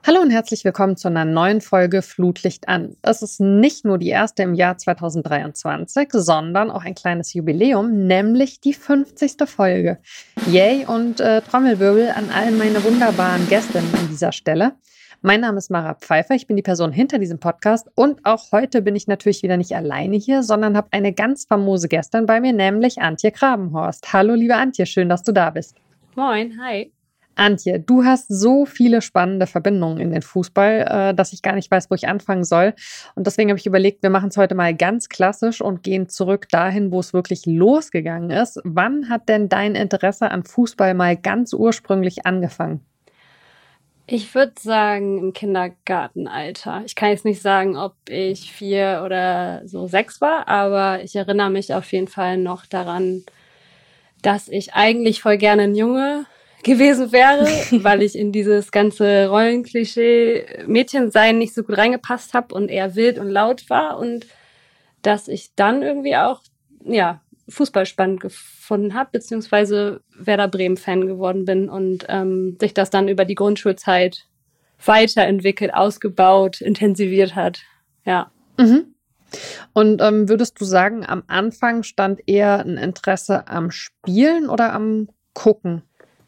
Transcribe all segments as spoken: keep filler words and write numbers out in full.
Hallo und herzlich willkommen zu einer neuen Folge Flutlicht an. Es ist nicht nur die erste im Jahr zweitausenddreiundzwanzig, sondern auch ein kleines Jubiläum, nämlich die fünfzigste Folge. Yay und äh, Trommelwirbel an all meine wunderbaren Gästinnen an dieser Stelle. Mein Name ist Mara Pfeiffer, ich bin die Person hinter diesem Podcast und auch heute bin ich natürlich wieder nicht alleine hier, sondern habe eine ganz famose Gästin bei mir, nämlich Antje Krabenhorst. Hallo liebe Antje, schön, dass du da bist. Moin, hi. Antje, du hast so viele spannende Verbindungen in den Fußball, äh, dass ich gar nicht weiß, wo ich anfangen soll. Und deswegen habe ich überlegt, wir machen es heute mal ganz klassisch und gehen zurück dahin, wo es wirklich losgegangen ist. Wann hat denn dein Interesse an Fußball mal ganz ursprünglich angefangen? Ich würde sagen, im Kindergartenalter. Ich kann jetzt nicht sagen, ob ich vier oder so sechs war, aber ich erinnere mich auf jeden Fall noch daran, dass ich eigentlich voll gerne ein Junge gewesen wäre, weil ich in dieses ganze Rollenklischee Mädchensein nicht so gut reingepasst habe und eher wild und laut war und dass ich dann irgendwie auch, ja, Fußball spannend gefunden habe, beziehungsweise Werder Bremen-Fan geworden bin und ähm, sich das dann über die Grundschulzeit weiterentwickelt, ausgebaut, intensiviert hat. Ja. Mhm. Und ähm, würdest du sagen, am Anfang stand eher ein Interesse am Spielen oder am Gucken?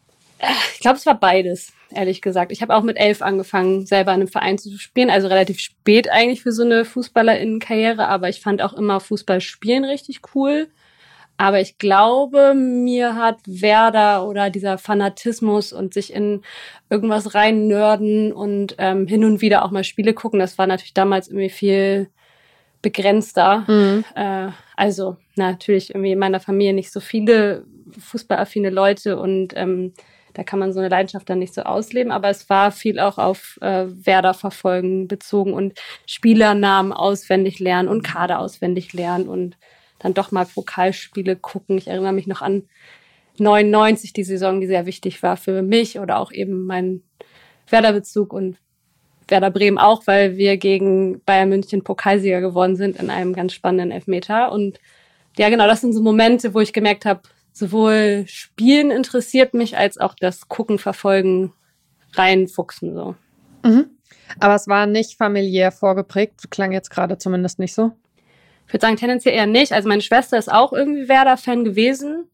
Ich glaube, es war beides, ehrlich gesagt. Ich habe auch mit elf angefangen, selber in einem Verein zu spielen, also relativ spät eigentlich für so eine Fußballerinnenkarriere, aber ich fand auch immer Fußball spielen richtig cool. Aber ich glaube, mir hat Werder oder dieser Fanatismus und sich in irgendwas rein nörden und ähm, hin und wieder auch mal Spiele gucken, das war natürlich damals irgendwie viel begrenzter. Mhm. Äh, also natürlich irgendwie in meiner Familie nicht so viele fußballaffine Leute und ähm, da kann man so eine Leidenschaft dann nicht so ausleben, aber es war viel auch auf äh, Werder verfolgen bezogen und Spielernamen auswendig lernen und Kader auswendig lernen und dann doch mal Pokalspiele gucken. Ich erinnere mich noch an neunundneunzig, die Saison, die sehr wichtig war für mich oder auch eben mein Werder-Bezug und Werder Bremen auch, weil wir gegen Bayern München Pokalsieger geworden sind in einem ganz spannenden Elfmeter. Und ja, genau, das sind so Momente, wo ich gemerkt habe, sowohl Spielen interessiert mich, als auch das Gucken, Verfolgen, reinfuchsen. So. Mhm. Aber es war nicht familiär vorgeprägt, klang jetzt gerade zumindest nicht so. Ich würde sagen, tendenziell eher nicht. Also meine Schwester ist auch irgendwie Werder-Fan gewesen,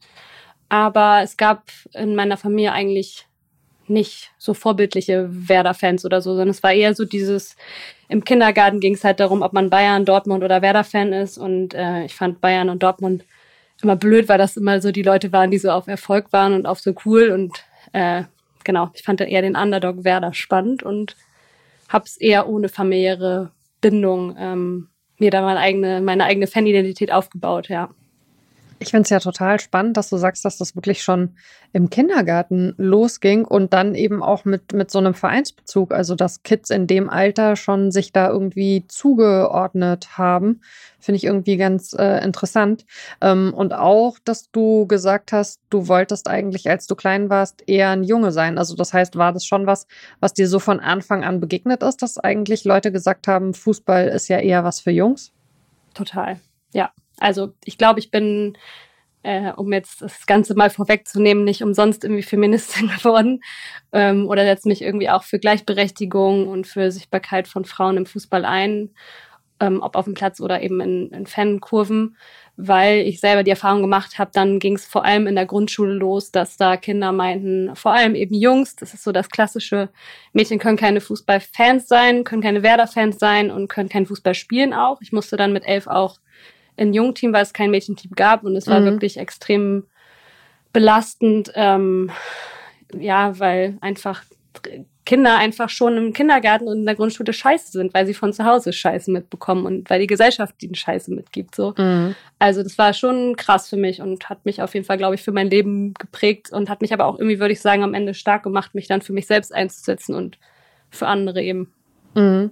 aber es gab in meiner Familie eigentlich nicht so vorbildliche Werder-Fans oder so, sondern es war eher so dieses, im Kindergarten ging es halt darum, ob man Bayern, Dortmund oder Werder-Fan ist und äh, ich fand Bayern und Dortmund immer blöd, weil das immer so die Leute waren, die so auf Erfolg waren und auf so cool und äh, genau, ich fand dann eher den Underdog Werder spannend und hab's eher ohne familiäre Bindung ähm, mir da meine eigene, meine eigene Fanidentität aufgebaut, ja. Ich finde es ja total spannend, dass du sagst, dass das wirklich schon im Kindergarten losging und dann eben auch mit, mit so einem Vereinsbezug, also dass Kids in dem Alter schon sich da irgendwie zugeordnet haben, finde ich irgendwie ganz äh, interessant. Ähm, und auch, dass du gesagt hast, du wolltest eigentlich, als du klein warst, eher ein Junge sein. Also das heißt, war das schon was, was dir so von Anfang an begegnet ist, dass eigentlich Leute gesagt haben, Fußball ist ja eher was für Jungs? Total, ja. Also ich glaube, ich bin, äh, um jetzt das Ganze mal vorwegzunehmen, nicht umsonst irgendwie Feministin geworden ähm, oder setze mich irgendwie auch für Gleichberechtigung und für Sichtbarkeit von Frauen im Fußball ein, ähm, ob auf dem Platz oder eben in, in Fankurven, weil ich selber die Erfahrung gemacht habe, dann ging es vor allem in der Grundschule los, dass da Kinder meinten, vor allem eben Jungs, das ist so das klassische, Mädchen können keine Fußballfans sein, können keine Werder-Fans sein und können kein Fußball spielen auch. Ich musste dann mit elf auch ein Jungteam, weil es kein Mädchenteam gab und es war mhm. wirklich extrem belastend, ähm, ja, weil einfach Kinder einfach schon im Kindergarten und in der Grundschule scheiße sind, weil sie von zu Hause Scheiße mitbekommen und weil die Gesellschaft ihnen Scheiße mitgibt, so. Mhm. Also das war schon krass für mich und hat mich auf jeden Fall, glaube ich, für mein Leben geprägt und hat mich aber auch irgendwie, würde ich sagen, am Ende stark gemacht, mich dann für mich selbst einzusetzen und für andere eben. Mhm.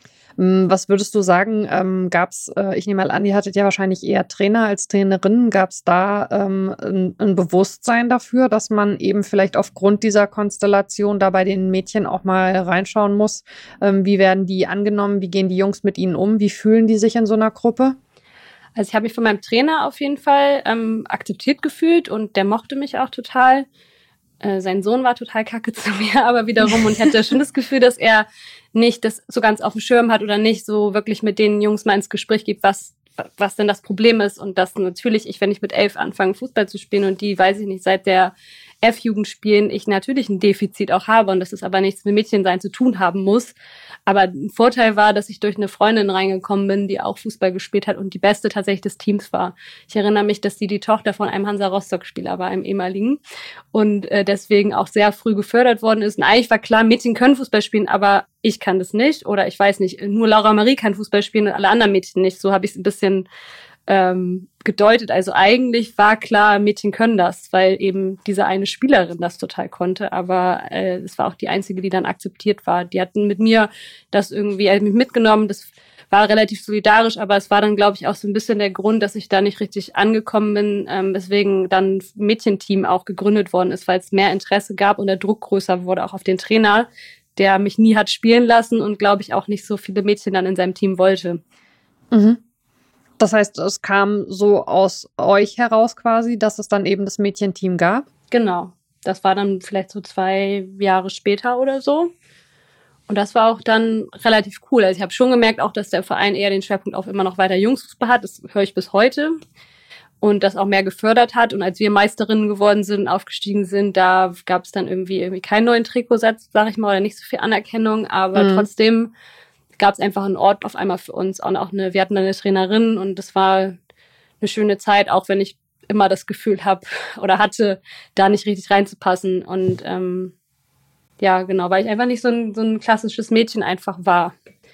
Was würdest du sagen, ähm, gab es, äh, ich nehme mal an, ihr hattet ja wahrscheinlich eher Trainer als Trainerinnen, gab es da ähm, ein, ein Bewusstsein dafür, dass man eben vielleicht aufgrund dieser Konstellation da bei den Mädchen auch mal reinschauen muss, ähm, wie werden die angenommen, wie gehen die Jungs mit ihnen um, wie fühlen die sich in so einer Gruppe? Also ich habe mich von meinem Trainer auf jeden Fall ähm, akzeptiert gefühlt und der mochte mich auch total. Äh, sein Sohn war total kacke zu mir, aber wiederum, und ich hatte schon das Gefühl, dass er nicht das so ganz auf dem Schirm hat oder nicht so wirklich mit den Jungs mal ins Gespräch geht, was, was denn das Problem ist. Und dass natürlich ich, wenn ich mit elf anfange, Fußball zu spielen und die, weiß ich nicht, seit der F-Jugend spielen, ich natürlich ein Defizit auch habe und dass es aber nichts mit Mädchensein zu tun haben muss. Aber ein Vorteil war, dass ich durch eine Freundin reingekommen bin, die auch Fußball gespielt hat und die Beste tatsächlich des Teams war. Ich erinnere mich, dass sie die Tochter von einem Hansa-Rostock-Spieler war, einem ehemaligen, und äh, deswegen auch sehr früh gefördert worden ist. Und eigentlich war klar, Mädchen können Fußball spielen, aber ich kann das nicht. Oder ich weiß nicht, nur Laura Marie kann Fußball spielen und alle anderen Mädchen nicht. So habe ich es ein bisschen ähm, gedeutet. Also eigentlich war klar, Mädchen können das, weil eben diese eine Spielerin das total konnte. Aber äh, es war auch die einzige, die dann akzeptiert war. Die hatten mit mir das irgendwie äh, mitgenommen. Das war relativ solidarisch, aber es war dann, glaube ich, auch so ein bisschen der Grund, dass ich da nicht richtig angekommen bin, ähm, weswegen dann ein Mädchenteam auch gegründet worden ist, weil es mehr Interesse gab und der Druck größer wurde, auch auf den Trainer, der mich nie hat spielen lassen und, glaube ich, auch nicht so viele Mädchen dann in seinem Team wollte. Mhm. Das heißt, es kam so aus euch heraus quasi, dass es dann eben das Mädchenteam gab? Genau. Das war dann vielleicht so zwei Jahre später oder so. Und das war auch dann relativ cool. Also ich habe schon gemerkt auch, dass der Verein eher den Schwerpunkt auf immer noch weiter Jungsfußball hat. Das höre ich bis heute. Und das auch mehr gefördert hat. Und als wir Meisterinnen geworden sind und aufgestiegen sind, da gab es dann irgendwie, irgendwie keinen neuen Trikotsatz, sag ich mal, oder nicht so viel Anerkennung. Aber mhm. trotzdem gab es einfach einen Ort auf einmal für uns. Und auch eine, wir hatten eine Trainerin und das war eine schöne Zeit, auch wenn ich immer das Gefühl habe oder hatte, da nicht richtig reinzupassen. Und ähm, ja, genau, weil ich einfach nicht so ein, so ein klassisches Mädchen einfach war.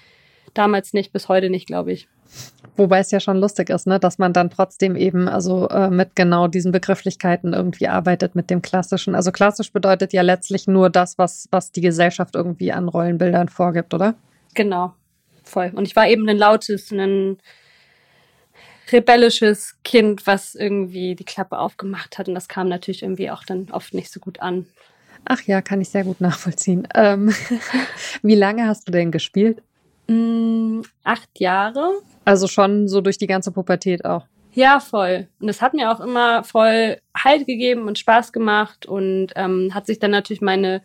Damals nicht, bis heute nicht, glaube ich. Wobei es ja schon lustig ist, ne, dass man dann trotzdem eben also äh, mit genau diesen Begrifflichkeiten irgendwie arbeitet, mit dem Klassischen. Also klassisch bedeutet ja letztlich nur das, was, was die Gesellschaft irgendwie an Rollenbildern vorgibt, oder? Genau, voll. Und ich war eben ein lautes, ein rebellisches Kind, was irgendwie die Klappe aufgemacht hat. Und das kam natürlich irgendwie auch dann oft nicht so gut an. Ach ja, kann ich sehr gut nachvollziehen. Ähm, wie lange hast du denn gespielt? Mm, acht Jahre. Also schon so durch die ganze Pubertät auch? Ja, voll. Und es hat mir auch immer voll Halt gegeben und Spaß gemacht und ähm, hat sich dann natürlich meine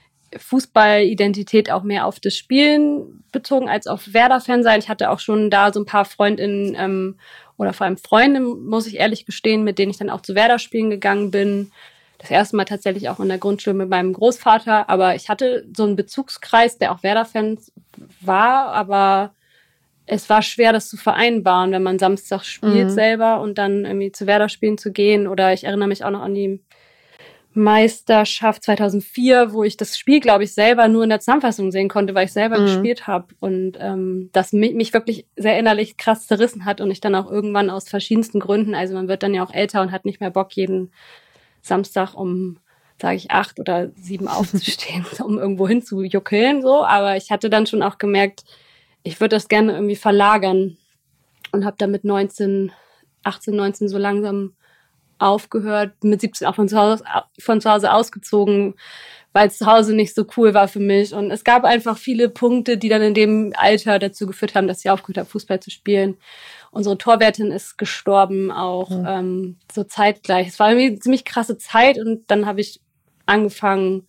Fußballidentität auch mehr auf das Spielen bezogen als auf Werder-Fan sein. Ich hatte auch schon da so ein paar Freundinnen ähm, oder vor allem Freunde, muss ich ehrlich gestehen, mit denen ich dann auch zu Werder-Spielen gegangen bin. Das erste Mal tatsächlich auch in der Grundschule mit meinem Großvater. Aber ich hatte so einen Bezugskreis, der auch Werder-Fans war. Aber es war schwer, das zu vereinbaren, wenn man Samstag spielt mhm. selber und dann irgendwie zu Werder-Spielen zu gehen. Oder ich erinnere mich auch noch an die Meisterschaft zweitausendvier, wo ich das Spiel, glaube ich, selber nur in der Zusammenfassung sehen konnte, weil ich selber mhm. gespielt habe. Und ähm, das mich, mich wirklich sehr innerlich krass zerrissen hat und ich dann auch irgendwann aus verschiedensten Gründen, also man wird dann ja auch älter und hat nicht mehr Bock, jeden Samstag um, sage ich, acht oder sieben aufzustehen, um irgendwo hinzujuckeln, so. Aber ich hatte dann schon auch gemerkt, ich würde das gerne irgendwie verlagern und habe dann mit neunzehn, achtzehn, neunzehn so langsam aufgehört, mit siebzehn auch von zu Hause, von zu Hause ausgezogen, weil es zu Hause nicht so cool war für mich. Und es gab einfach viele Punkte, die dann in dem Alter dazu geführt haben, dass ich aufgehört habe, Fußball zu spielen. Unsere Torwärtin ist gestorben, auch mhm. ähm, so zeitgleich. Es war irgendwie eine ziemlich krasse Zeit und dann habe ich angefangen,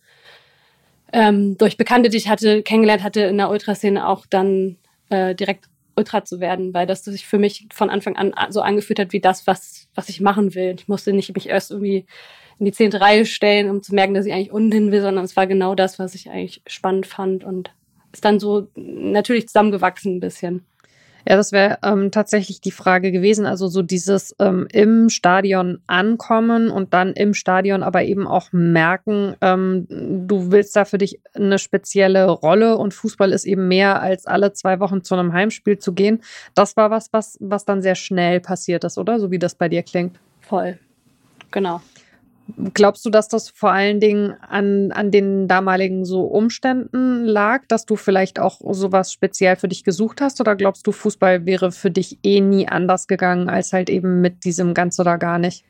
ähm, durch Bekannte, die ich hatte, kennengelernt hatte in der Ultraszene, auch dann äh, direkt Ultra zu werden, weil das sich für mich von Anfang an so angefühlt hat wie das, was, was ich machen will. Ich musste nicht mich erst irgendwie in die zehnte Reihe stellen, um zu merken, dass ich eigentlich unten hin will, sondern es war genau das, was ich eigentlich spannend fand und ist dann so natürlich zusammengewachsen ein bisschen. Ja, das wäre ähm, tatsächlich die Frage gewesen. Also so dieses ähm, im Stadion ankommen und dann im Stadion aber eben auch merken, ähm, du willst da für dich eine spezielle Rolle und Fußball ist eben mehr als alle zwei Wochen zu einem Heimspiel zu gehen. Das war was, was, was dann sehr schnell passiert ist, oder? So wie das bei dir klingt. Voll, genau. Glaubst du, dass das vor allen Dingen an, an den damaligen so Umständen lag, dass du vielleicht auch sowas speziell für dich gesucht hast? Oder glaubst du, Fußball wäre für dich eh nie anders gegangen, als halt eben mit diesem ganz oder gar nicht?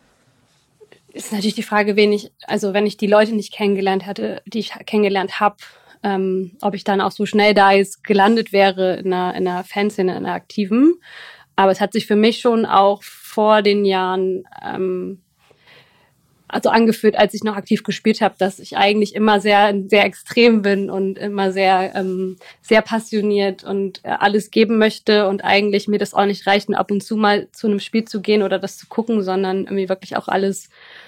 Ist natürlich die Frage, wen ich, also wenn ich die Leute nicht kennengelernt hätte, die ich kennengelernt habe, ähm, ob ich dann auch so schnell da jetzt gelandet wäre in einer, in einer Fanszene, in einer aktiven. Aber es hat sich für mich schon auch vor den Jahren ähm, also angeführt, als ich noch aktiv gespielt habe, dass ich eigentlich immer sehr, sehr extrem bin und immer sehr, ähm, sehr passioniert und äh, alles geben möchte und eigentlich mir das auch nicht reicht, nur ab und zu mal zu einem Spiel zu gehen oder das zu gucken, sondern irgendwie wirklich auch alles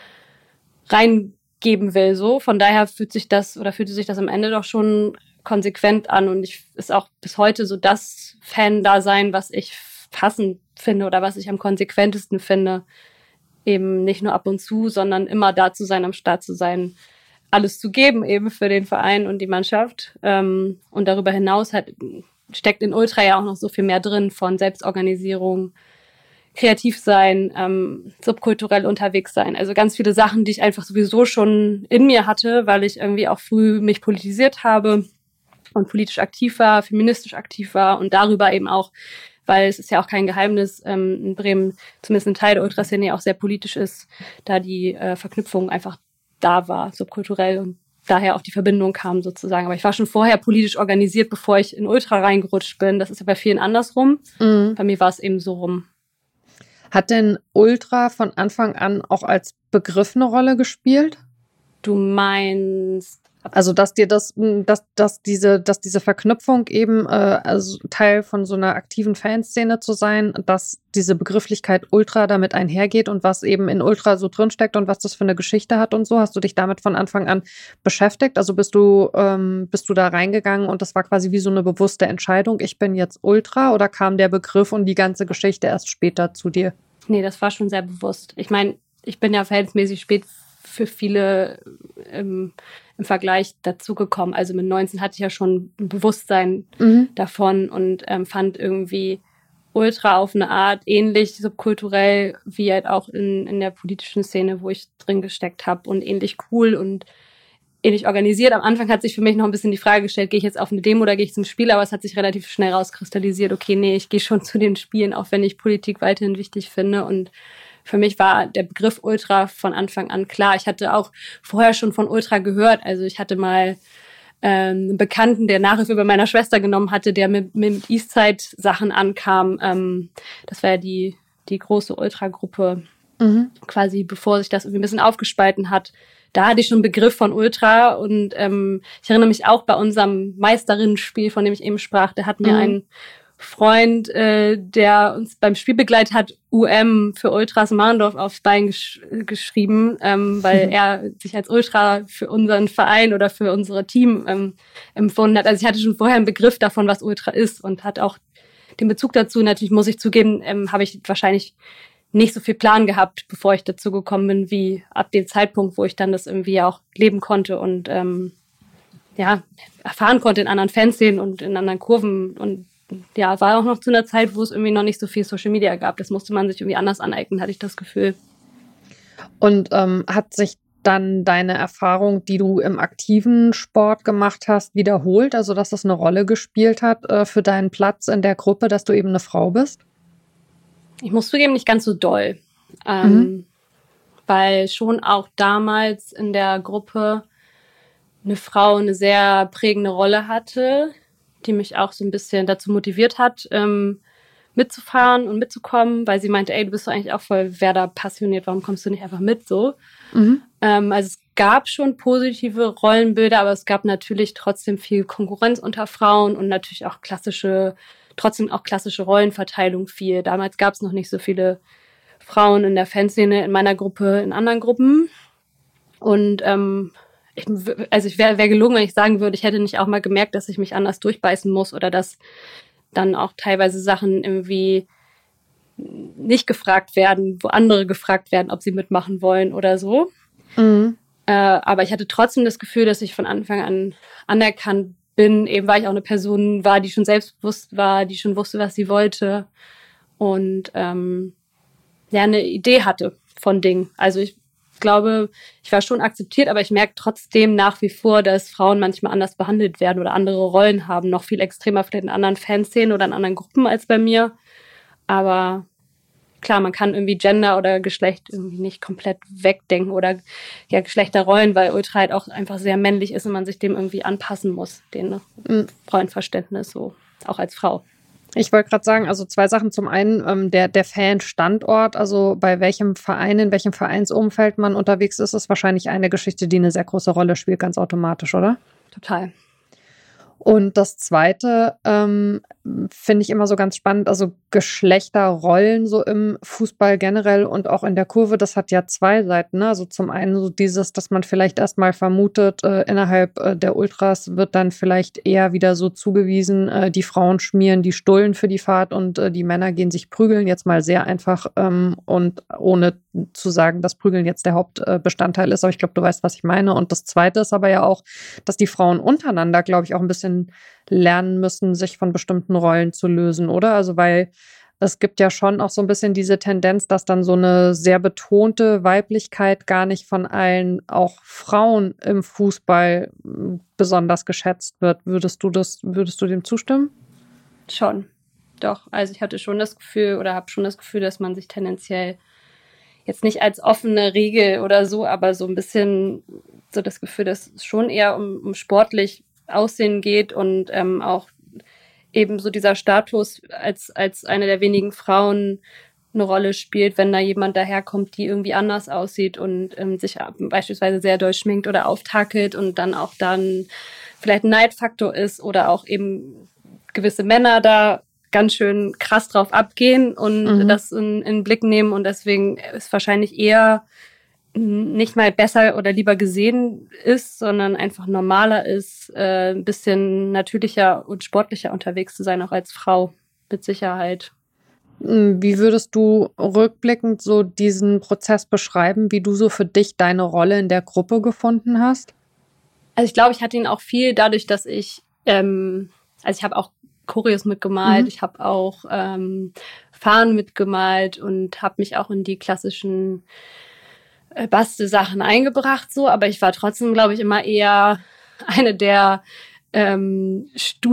reingeben will, so. Von daher fühlt sich das oder fühlte sich das am Ende doch schon konsequent an und ich ist auch bis heute so das Fan-Dasein, was ich passend finde oder was ich am konsequentesten finde. Eben nicht nur ab und zu, sondern immer da zu sein, am Start zu sein, alles zu geben eben für den Verein und die Mannschaft. Ähm, und darüber hinaus halt steckt in Ultra ja auch noch so viel mehr drin von Selbstorganisierung, kreativ sein, ähm, subkulturell unterwegs sein. Also ganz viele Sachen, die ich einfach sowieso schon in mir hatte, weil ich irgendwie auch früh mich politisiert habe und politisch aktiv war, feministisch aktiv war und darüber eben auch, weil es ist ja auch kein Geheimnis, ähm, in Bremen zumindest ein Teil der Ultraszene ja auch sehr politisch ist, da die äh, Verknüpfung einfach da war, subkulturell und daher auch die Verbindung kam sozusagen. Aber ich war schon vorher politisch organisiert, bevor ich in Ultra reingerutscht bin. Das ist ja bei vielen andersrum. Mhm. Bei mir war es eben so rum. Hat denn Ultra von Anfang an auch als Begriff eine Rolle gespielt? Du meinst... Also, dass dir das, dass, dass diese, dass diese Verknüpfung eben äh, also Teil von so einer aktiven Fanszene zu sein, dass diese Begrifflichkeit Ultra damit einhergeht und was eben in Ultra so drinsteckt und was das für eine Geschichte hat und so. Hast du dich damit von Anfang an beschäftigt? Also bist du, ähm, bist du da reingegangen und das war quasi wie so eine bewusste Entscheidung, ich bin jetzt Ultra, oder kam der Begriff und die ganze Geschichte erst später zu dir? Nee, das war schon sehr bewusst. Ich meine, ich bin ja verhältnismäßig spät für viele ähm, im Vergleich dazugekommen. Also mit neunzehn hatte ich ja schon ein Bewusstsein mhm. davon und ähm, fand irgendwie Ultra auf eine Art ähnlich subkulturell wie halt auch in, in der politischen Szene, wo ich drin gesteckt habe, und ähnlich cool und ähnlich organisiert. Am Anfang hat sich für mich noch ein bisschen die Frage gestellt, gehe ich jetzt auf eine Demo oder gehe ich zum Spiel? Aber es hat sich relativ schnell rauskristallisiert, okay, nee, ich gehe schon zu den Spielen, auch wenn ich Politik weiterhin wichtig finde. Und für mich war der Begriff Ultra von Anfang an klar. Ich hatte auch vorher schon von Ultra gehört. Also ich hatte mal ähm, einen Bekannten, der Nachhilfe bei meiner Schwester genommen hatte, der mit, mit Eastside Sachen ankam. Ähm, das war ja die, die große Ultra-Gruppe, mhm. quasi bevor sich das irgendwie ein bisschen aufgespalten hat. Da hatte ich schon einen Begriff von Ultra und ähm, ich erinnere mich auch bei unserem Meisterinnen-Spiel, von dem ich eben sprach, der hat mir mhm. ein Freund, äh, der uns beim Spiel begleitet hat, U M für Ultras Mahndorf aufs Bein gesch- geschrieben, ähm, weil mhm. er sich als Ultra für unseren Verein oder für unser Team ähm, empfunden hat. Also ich hatte schon vorher einen Begriff davon, was Ultra ist, und hat auch den Bezug dazu. Natürlich muss ich zugeben, ähm, habe ich wahrscheinlich nicht so viel Plan gehabt, bevor ich dazu gekommen bin, wie ab dem Zeitpunkt, wo ich dann das irgendwie auch leben konnte und ähm, ja erfahren konnte in anderen Fanszenen und in anderen Kurven. Und ja, war auch noch zu einer Zeit, wo es irgendwie noch nicht so viel Social Media gab. Das musste man sich irgendwie anders aneignen, hatte ich das Gefühl. Und ähm, hat sich dann deine Erfahrung, die du im aktiven Sport gemacht hast, wiederholt? Also, dass das eine Rolle gespielt hat äh, für deinen Platz in der Gruppe, dass du eben eine Frau bist? Ich muss zugeben, nicht ganz so doll. Ähm, mhm. Weil schon auch damals in der Gruppe eine Frau eine sehr prägende Rolle hatte, die mich auch so ein bisschen dazu motiviert hat, ähm, mitzufahren und mitzukommen, weil sie meinte, ey, du bist doch eigentlich auch voll Werder passioniert, warum kommst du nicht einfach mit, so. Mhm. Ähm, also es gab schon positive Rollenbilder, aber es gab natürlich trotzdem viel Konkurrenz unter Frauen und natürlich auch klassische, trotzdem auch klassische Rollenverteilung viel. Damals gab es noch nicht so viele Frauen in der Fanszene, in meiner Gruppe, in anderen Gruppen. Und ähm, Ich, also ich wäre wär gelogen, wenn ich sagen würde, ich hätte nicht auch mal gemerkt, dass ich mich anders durchbeißen muss oder dass dann auch teilweise Sachen irgendwie nicht gefragt werden, wo andere gefragt werden, ob sie mitmachen wollen oder so. Mhm. Äh, aber ich hatte trotzdem das Gefühl, dass ich von Anfang an anerkannt bin, eben weil ich auch eine Person war, die schon selbstbewusst war, die schon wusste, was sie wollte und ähm, ja, eine Idee hatte von Dingen. Also ich Ich glaube, ich war schon akzeptiert, aber ich merke trotzdem nach wie vor, dass Frauen manchmal anders behandelt werden oder andere Rollen haben. Noch viel extremer vielleicht in anderen Fanszenen oder in anderen Gruppen als bei mir. Aber klar, man kann irgendwie Gender oder Geschlecht irgendwie nicht komplett wegdenken oder ja, Geschlechterrollen, weil Ultra halt auch einfach sehr männlich ist und man sich dem irgendwie anpassen muss, dem mhm. Rollenverständnis, so auch als Frau. Ich wollte gerade sagen, also zwei Sachen. Zum einen ähm, der, der Fan-Standort, also bei welchem Verein, in welchem Vereinsumfeld man unterwegs ist, ist wahrscheinlich eine Geschichte, die eine sehr große Rolle spielt, ganz automatisch, oder? Total. Und das Zweite ähm, finde ich immer so ganz spannend, also Geschlechterrollen so im Fußball generell und auch in der Kurve, das hat ja zwei Seiten. Ne? Also zum einen so dieses, dass man vielleicht erstmal vermutet, äh, innerhalb äh, der Ultras wird dann vielleicht eher wieder so zugewiesen, äh, die Frauen schmieren die Stullen für die Fahrt und äh, die Männer gehen sich prügeln, jetzt mal sehr einfach ähm, und ohne zu sagen, dass Prügeln jetzt der Hauptbestandteil ist, aber ich glaube, du weißt, was ich meine. Und das Zweite ist aber ja auch, dass die Frauen untereinander, glaube ich, auch ein bisschen lernen müssen, sich von bestimmten Rollen zu lösen, oder? Also, weil es gibt ja schon auch so ein bisschen diese Tendenz, dass dann so eine sehr betonte Weiblichkeit gar nicht von allen, auch Frauen im Fußball, m, besonders geschätzt wird. Würdest du das, würdest du dem zustimmen? Schon. Doch. Also ich hatte schon das Gefühl oder habe schon das Gefühl, dass man sich tendenziell jetzt nicht als offene Regel oder so, aber so ein bisschen so das Gefühl, dass es schon eher um, um sportlich Aussehen geht und ähm, auch eben so dieser Status als, als eine der wenigen Frauen eine Rolle spielt, wenn da jemand daherkommt, die irgendwie anders aussieht und ähm, sich beispielsweise sehr doll schminkt oder auftakelt und dann auch dann vielleicht ein Neidfaktor ist oder auch eben gewisse Männer da ganz schön krass drauf abgehen und mhm. das in, in den Blick nehmen und deswegen ist wahrscheinlich eher nicht mal besser oder lieber gesehen ist, sondern einfach normaler ist, äh, ein bisschen natürlicher und sportlicher unterwegs zu sein, auch als Frau, mit Sicherheit. Wie würdest du rückblickend so diesen Prozess beschreiben, wie du so für dich deine Rolle in der Gruppe gefunden hast? Also ich glaube, ich hatte ihn auch viel dadurch, dass ich, ähm, also ich habe auch Choreos mitgemalt, mhm. ich habe auch ähm, Fahnen mitgemalt und habe mich auch in die klassischen Bastelsachen eingebracht, so, aber ich war trotzdem, glaube ich, immer eher eine der ähm,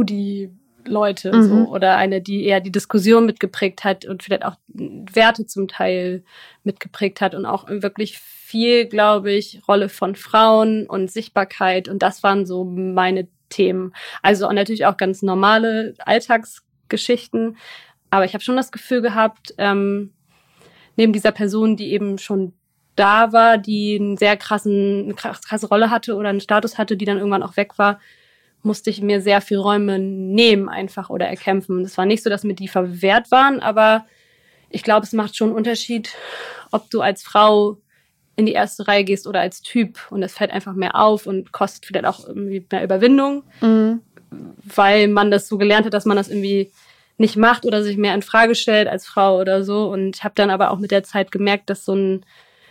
Studi-Leute mhm. so, oder eine, die eher die Diskussion mitgeprägt hat und vielleicht auch Werte zum Teil mitgeprägt hat und auch wirklich viel, glaube ich, Rolle von Frauen und Sichtbarkeit und das waren so meine Themen. Also und natürlich auch ganz normale Alltagsgeschichten, aber ich habe schon das Gefühl gehabt, ähm, neben dieser Person, die eben schon da war, die einen sehr krassen, eine krasse Rolle hatte oder einen Status hatte, die dann irgendwann auch weg war, musste ich mir sehr viel Räume nehmen einfach oder erkämpfen. Es war nicht so, dass mir die verwehrt waren, aber ich glaube, es macht schon einen Unterschied, ob du als Frau in die erste Reihe gehst oder als Typ und es fällt einfach mehr auf und kostet vielleicht auch irgendwie mehr Überwindung, mhm. weil man das so gelernt hat, dass man das irgendwie nicht macht oder sich mehr in Frage stellt als Frau oder so und ich habe dann aber auch mit der Zeit gemerkt, dass so ein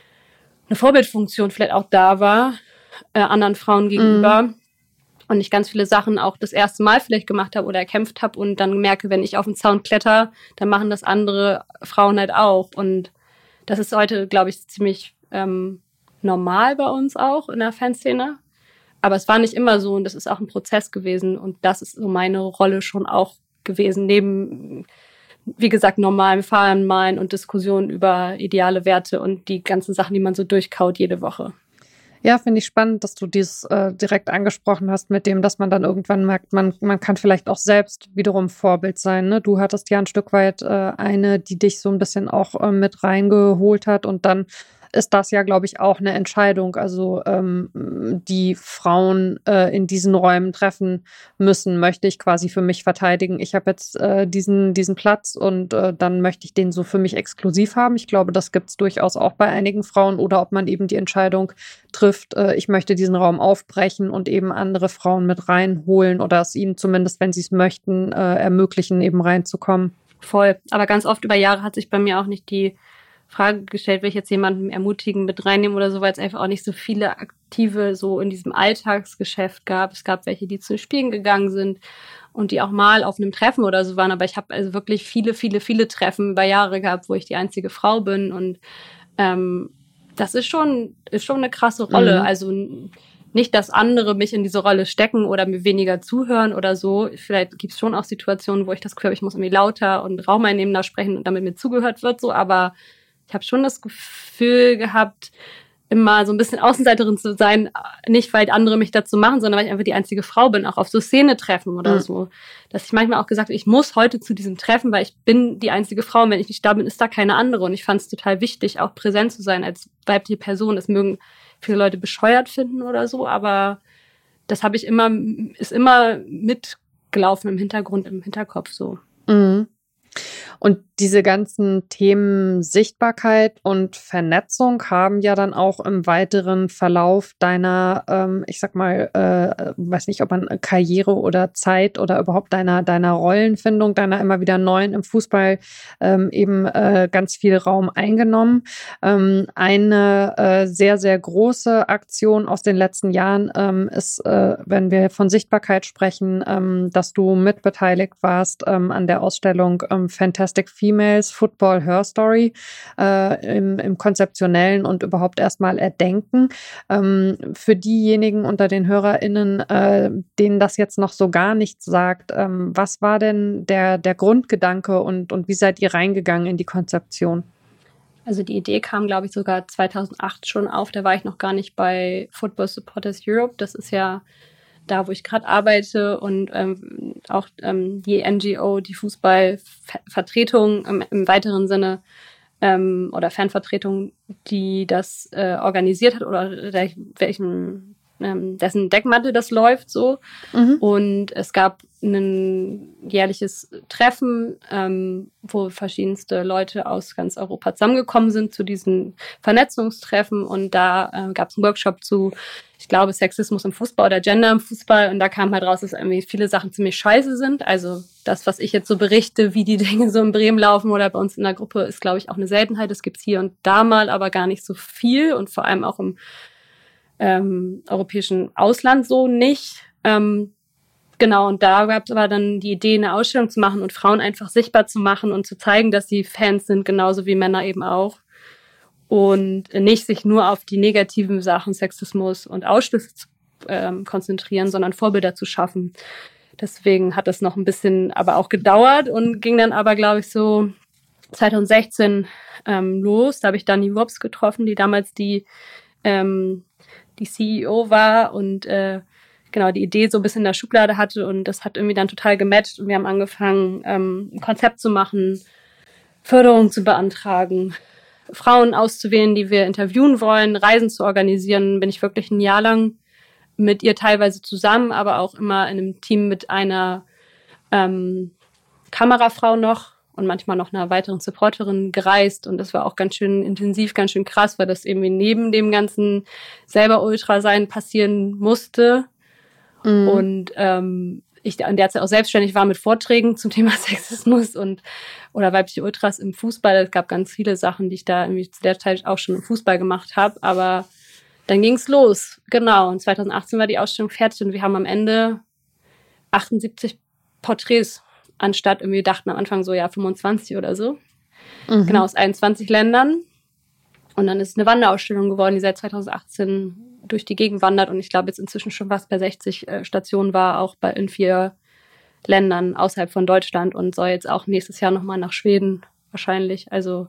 eine Vorbildfunktion vielleicht auch da war, äh, anderen Frauen gegenüber. Mm. Und ich ganz viele Sachen auch das erste Mal vielleicht gemacht habe oder erkämpft habe und dann merke, wenn ich auf den Zaun kletter, dann machen das andere Frauen halt auch. Und das ist heute, glaube ich, ziemlich ähm, normal bei uns auch in der Fanszene. Aber es war nicht immer so und das ist auch ein Prozess gewesen. Und das ist so meine Rolle schon auch gewesen, neben wie gesagt, normalen Fahren, Malen und Diskussionen über ideale Werte und die ganzen Sachen, die man so durchkaut jede Woche. Ja, finde ich spannend, dass du dies äh, direkt angesprochen hast mit dem, dass man dann irgendwann merkt, man, man kann vielleicht auch selbst wiederum Vorbild sein. Ne? Du hattest ja ein Stück weit äh, eine, die dich so ein bisschen auch äh, mit reingeholt hat und dann ist das ja, glaube ich, auch eine Entscheidung, also ähm, die Frauen äh, in diesen Räumen treffen müssen. Möchte ich quasi für mich verteidigen, ich habe jetzt äh, diesen, diesen Platz und äh, dann möchte ich den so für mich exklusiv haben. Ich glaube, das gibt es durchaus auch bei einigen Frauen oder ob man eben die Entscheidung trifft, äh, ich möchte diesen Raum aufbrechen und eben andere Frauen mit reinholen oder es ihnen zumindest, wenn sie es möchten, äh, ermöglichen, eben reinzukommen. Voll. Aber ganz oft über Jahre hat sich bei mir auch nicht die Frage gestellt, will ich jetzt jemanden ermutigen, mit reinnehmen oder so, weil es einfach auch nicht so viele Aktive so in diesem Alltagsgeschäft gab. Es gab welche, die zu den Spielen gegangen sind und die auch mal auf einem Treffen oder so waren, aber ich habe also wirklich viele, viele, viele Treffen über Jahre gehabt, wo ich die einzige Frau bin und ähm, das ist schon, ist schon eine krasse Rolle. Mhm. Also nicht, dass andere mich in diese Rolle stecken oder mir weniger zuhören oder so. Vielleicht gibt es schon auch Situationen, wo ich das Gefühl habe, ich muss irgendwie lauter und raumeinnehmender sprechen und damit mir zugehört wird, so, aber ich habe schon das Gefühl gehabt, immer so ein bisschen Außenseiterin zu sein, nicht weil andere mich dazu machen, sondern weil ich einfach die einzige Frau bin, auch auf so Szenetreffen oder mhm. so. Dass ich manchmal auch gesagt habe, ich muss heute zu diesem Treffen, weil ich bin die einzige Frau und wenn ich nicht da bin, ist da keine andere. Und ich fand es total wichtig, auch präsent zu sein als weibliche Person. Das mögen viele Leute bescheuert finden oder so, aber das habe ich immer, ist immer mitgelaufen im Hintergrund, im Hinterkopf so. Mhm. Und diese ganzen Themen Sichtbarkeit und Vernetzung haben ja dann auch im weiteren Verlauf deiner, ähm, ich sag mal, äh, weiß nicht, ob man Karriere oder Zeit oder überhaupt deiner, deiner Rollenfindung, deiner immer wieder neuen im Fußball ähm, eben äh, ganz viel Raum eingenommen. Ähm, eine äh, sehr, sehr große Aktion aus den letzten Jahren ähm, ist, äh, wenn wir von Sichtbarkeit sprechen, ähm, dass du mitbeteiligt warst ähm, an der Ausstellung ähm, Fantastic Females Football Her Story äh, im, im konzeptionellen und überhaupt erstmal erdenken. Ähm, für diejenigen unter den HörerInnen, äh, denen das jetzt noch so gar nichts sagt, ähm, was war denn der, der Grundgedanke und, und wie seid ihr reingegangen in die Konzeption? Also die Idee kam, glaube ich, sogar zweitausendacht schon auf. Da war ich noch gar nicht bei Football Supporters Europe. Das ist ja da, wo ich gerade arbeite und ähm, auch ähm, die N G O, die Fußballvertretung im, im weiteren Sinne ähm, oder Fanvertretung, die das äh, organisiert hat oder der, welchen, ähm, dessen Deckmantel das läuft so. Mhm. Und es gab ein jährliches Treffen, ähm, wo verschiedenste Leute aus ganz Europa zusammengekommen sind zu diesen Vernetzungstreffen und da äh, gab es einen Workshop zu, ich glaube, Sexismus im Fußball oder Gender im Fußball und da kam halt raus, dass irgendwie viele Sachen ziemlich scheiße sind. Also das, was ich jetzt so berichte, wie die Dinge so in Bremen laufen oder bei uns in der Gruppe, ist, glaube ich, auch eine Seltenheit. Das gibt's hier und da mal, aber gar nicht so viel und vor allem auch im ähm, europäischen Ausland so nicht. Ähm, Genau, und da gab es aber dann die Idee, eine Ausstellung zu machen und Frauen einfach sichtbar zu machen und zu zeigen, dass sie Fans sind, genauso wie Männer eben auch. Und nicht sich nur auf die negativen Sachen, Sexismus und Ausschluss zu ähm, konzentrieren, sondern Vorbilder zu schaffen. Deswegen hat das noch ein bisschen aber auch gedauert und ging dann aber, glaube ich, so zweitausendsechzehn ähm, los. Da habe ich Dani Wops getroffen, die damals die, ähm, die C E O war und äh, genau die Idee so ein bisschen in der Schublade hatte und das hat irgendwie dann total gematcht und wir haben angefangen, ähm, ein Konzept zu machen, Förderung zu beantragen, Frauen auszuwählen, die wir interviewen wollen, Reisen zu organisieren. Bin ich wirklich ein Jahr lang mit ihr teilweise zusammen, aber auch immer in einem Team mit einer ähm, Kamerafrau noch und manchmal noch einer weiteren Supporterin gereist und das war auch ganz schön intensiv, ganz schön krass, weil das irgendwie neben dem ganzen selber Ultra sein passieren musste. Mhm. Und ähm, ich an der Zeit auch selbstständig war mit Vorträgen zum Thema Sexismus und oder weibliche Ultras im Fußball. Es gab ganz viele Sachen, die ich da irgendwie zu der Zeit auch schon im Fußball gemacht habe. Aber dann ging's los. Genau. Und zweitausendachtzehn war die Ausstellung fertig und wir haben am Ende achtundsiebzig Porträts anstatt irgendwie dachten am Anfang so, ja, fünfundzwanzig oder so. Mhm. Genau, aus einundzwanzig Ländern. Und dann ist es eine Wanderausstellung geworden, die seit zweitausendachtzehn durch die Gegend wandert und ich glaube jetzt inzwischen schon fast bei sechzig äh, Stationen war, auch bei in vier Ländern außerhalb von Deutschland und soll jetzt auch nächstes Jahr nochmal nach Schweden wahrscheinlich. Also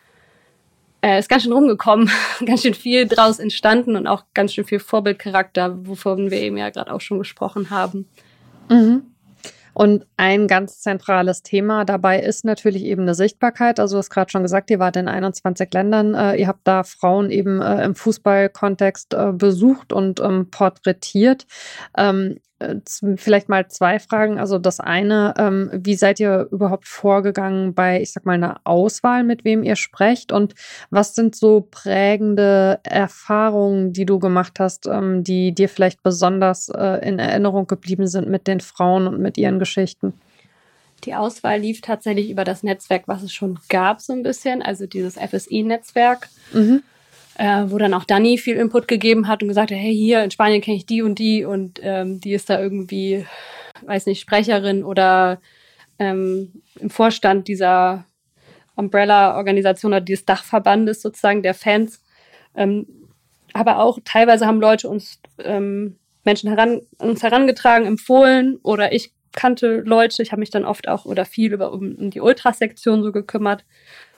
äh, ist ganz schön rumgekommen, ganz schön viel draus entstanden und auch ganz schön viel Vorbildcharakter, wovon wir eben ja gerade auch schon gesprochen haben. Mhm. Und ein ganz zentrales Thema dabei ist natürlich eben eine Sichtbarkeit. Also du hast gerade schon gesagt, ihr wart in einundzwanzig Ländern. Äh, ihr habt da Frauen eben äh, im Fußballkontext äh, besucht und ähm, porträtiert. Ähm, äh, vielleicht mal zwei Fragen. Also das eine, ähm, wie seid ihr überhaupt vorgegangen bei, ich sag mal, einer Auswahl, mit wem ihr sprecht? Und was sind so prägende Erfahrungen, die du gemacht hast, ähm, die dir vielleicht besonders äh, in Erinnerung geblieben sind mit den Frauen und mit ihren Geschichten? Die Auswahl lief tatsächlich über das Netzwerk, was es schon gab, so ein bisschen, also dieses F S I-Netzwerk, mhm. äh, wo dann auch Dani viel Input gegeben hat und gesagt hat, hey, hier in Spanien kenne ich die und die und ähm, die ist da irgendwie, weiß nicht, Sprecherin oder ähm, im Vorstand dieser Umbrella-Organisation oder dieses Dachverbandes sozusagen der Fans. Ähm, aber auch teilweise haben Leute uns, ähm, Menschen heran, uns herangetragen, empfohlen oder ich kannte Leute, ich habe mich dann oft auch oder viel über um, um die Ultrasektion so gekümmert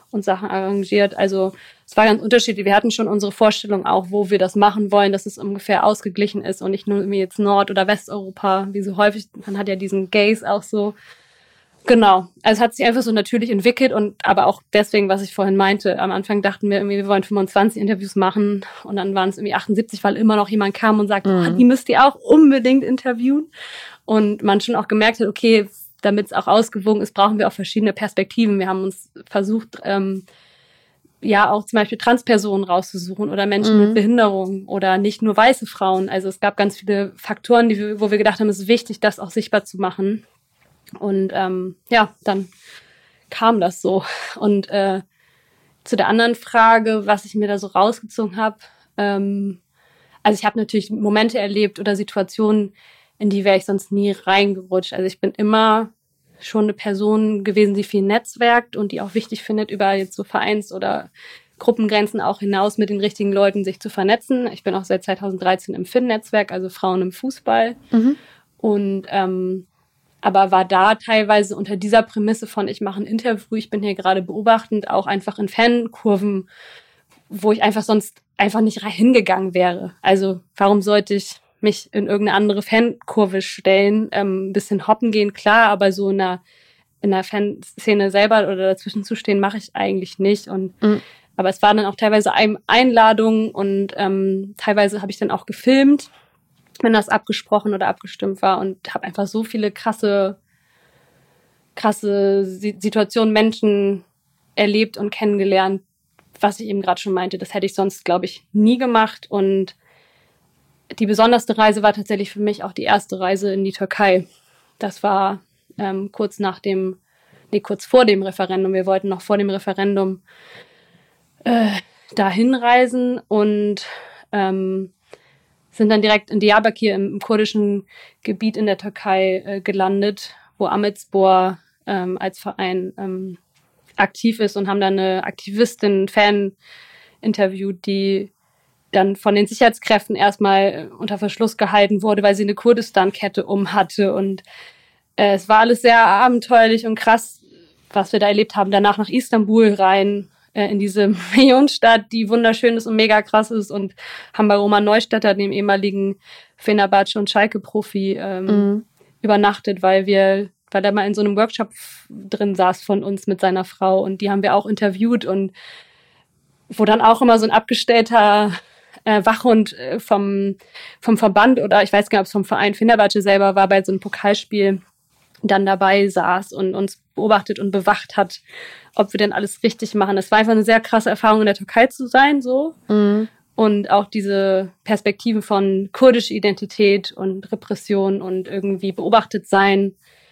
und Sachen arrangiert. Also es war ganz unterschiedlich. Wir hatten schon unsere Vorstellung auch, wo wir das machen wollen, dass es ungefähr ausgeglichen ist und nicht nur irgendwie jetzt Nord- oder Westeuropa, wie so häufig. Man hat ja diesen Gaze auch so. Genau. Also es hat sich einfach so natürlich entwickelt und aber auch deswegen, was ich vorhin meinte. Am Anfang dachten wir irgendwie, wir wollen fünfundzwanzig Interviews machen und dann waren es irgendwie achtundsiebzig, weil immer noch jemand kam und sagte, Mhm. oh, die müsst ihr auch unbedingt interviewen. Und man schon auch gemerkt hat, okay, damit es auch ausgewogen ist, brauchen wir auch verschiedene Perspektiven. Wir haben uns versucht, ähm, ja auch zum Beispiel Transpersonen rauszusuchen oder Menschen Mhm. mit Behinderung oder nicht nur weiße Frauen. Also es gab ganz viele Faktoren, die wir, wo wir gedacht haben, es ist wichtig, das auch sichtbar zu machen. Und ähm, ja, dann kam das so. Und äh, zu der anderen Frage, was ich mir da so rausgezogen habe, ähm, also ich habe natürlich Momente erlebt oder Situationen, in die wäre ich sonst nie reingerutscht. Also ich bin immer schon eine Person gewesen, die viel netzwerkt und die auch wichtig findet, über jetzt so Vereins- oder Gruppengrenzen auch hinaus mit den richtigen Leuten sich zu vernetzen. Ich bin auch seit zweitausenddreizehn im F I N-Netzwerk, also Frauen im Fußball. Mhm. Und ähm, aber war da teilweise unter dieser Prämisse von, ich mache ein Interview, ich bin hier gerade beobachtend, auch einfach in Fankurven, wo ich einfach sonst einfach nicht hingegangen wäre. Also warum sollte ich mich in irgendeine andere Fankurve stellen, ähm, ein bisschen hoppen gehen, klar, aber so in der, in der Fanszene selber oder dazwischen zu stehen, mache ich eigentlich nicht. Und Mhm. aber es waren dann auch teilweise Einladungen und ähm, teilweise habe ich dann auch gefilmt, wenn das abgesprochen oder abgestimmt war und habe einfach so viele krasse, krasse Situationen, Menschen erlebt und kennengelernt, was ich eben gerade schon meinte. Das hätte ich sonst, glaube ich, nie gemacht. Und die besonderste Reise war tatsächlich für mich auch die erste Reise in die Türkei. Das war ähm, kurz nach dem, nee, kurz vor dem Referendum. Wir wollten noch vor dem Referendum äh, dahin reisen und ähm, sind dann direkt in Diyarbakir im, im kurdischen Gebiet in der Türkei äh, gelandet, wo Ahmetspor ähm, als Verein ähm, aktiv ist und haben dann eine Aktivistin, Fan interviewt, die dann von den Sicherheitskräften erstmal unter Verschluss gehalten wurde, weil sie eine Kurdistan-Kette um hatte. Und äh, es war alles sehr abenteuerlich und krass, was wir da erlebt haben. Danach nach Istanbul rein, äh, in diese Millionenstadt, die wunderschön ist und mega krass ist. Und haben bei Roman Neustädter, dem ehemaligen Fenerbahce und Schalke-Profi, ähm, Mhm. übernachtet, weil wir, weil er mal in so einem Workshop drin saß von uns mit seiner Frau. Und die haben wir auch interviewt und wo dann auch immer so ein abgestellter äh, Wachhund äh, vom, vom Verband oder ich weiß gar nicht, ob es vom Verein Fenerbahce selber war, bei so einem Pokalspiel dann dabei saß und uns beobachtet und bewacht hat, ob wir denn alles richtig machen. Das war einfach eine sehr krasse Erfahrung, in der Türkei zu sein, so. Mhm. Und auch diese Perspektiven von kurdischer Identität und Repression und irgendwie beobachtet sein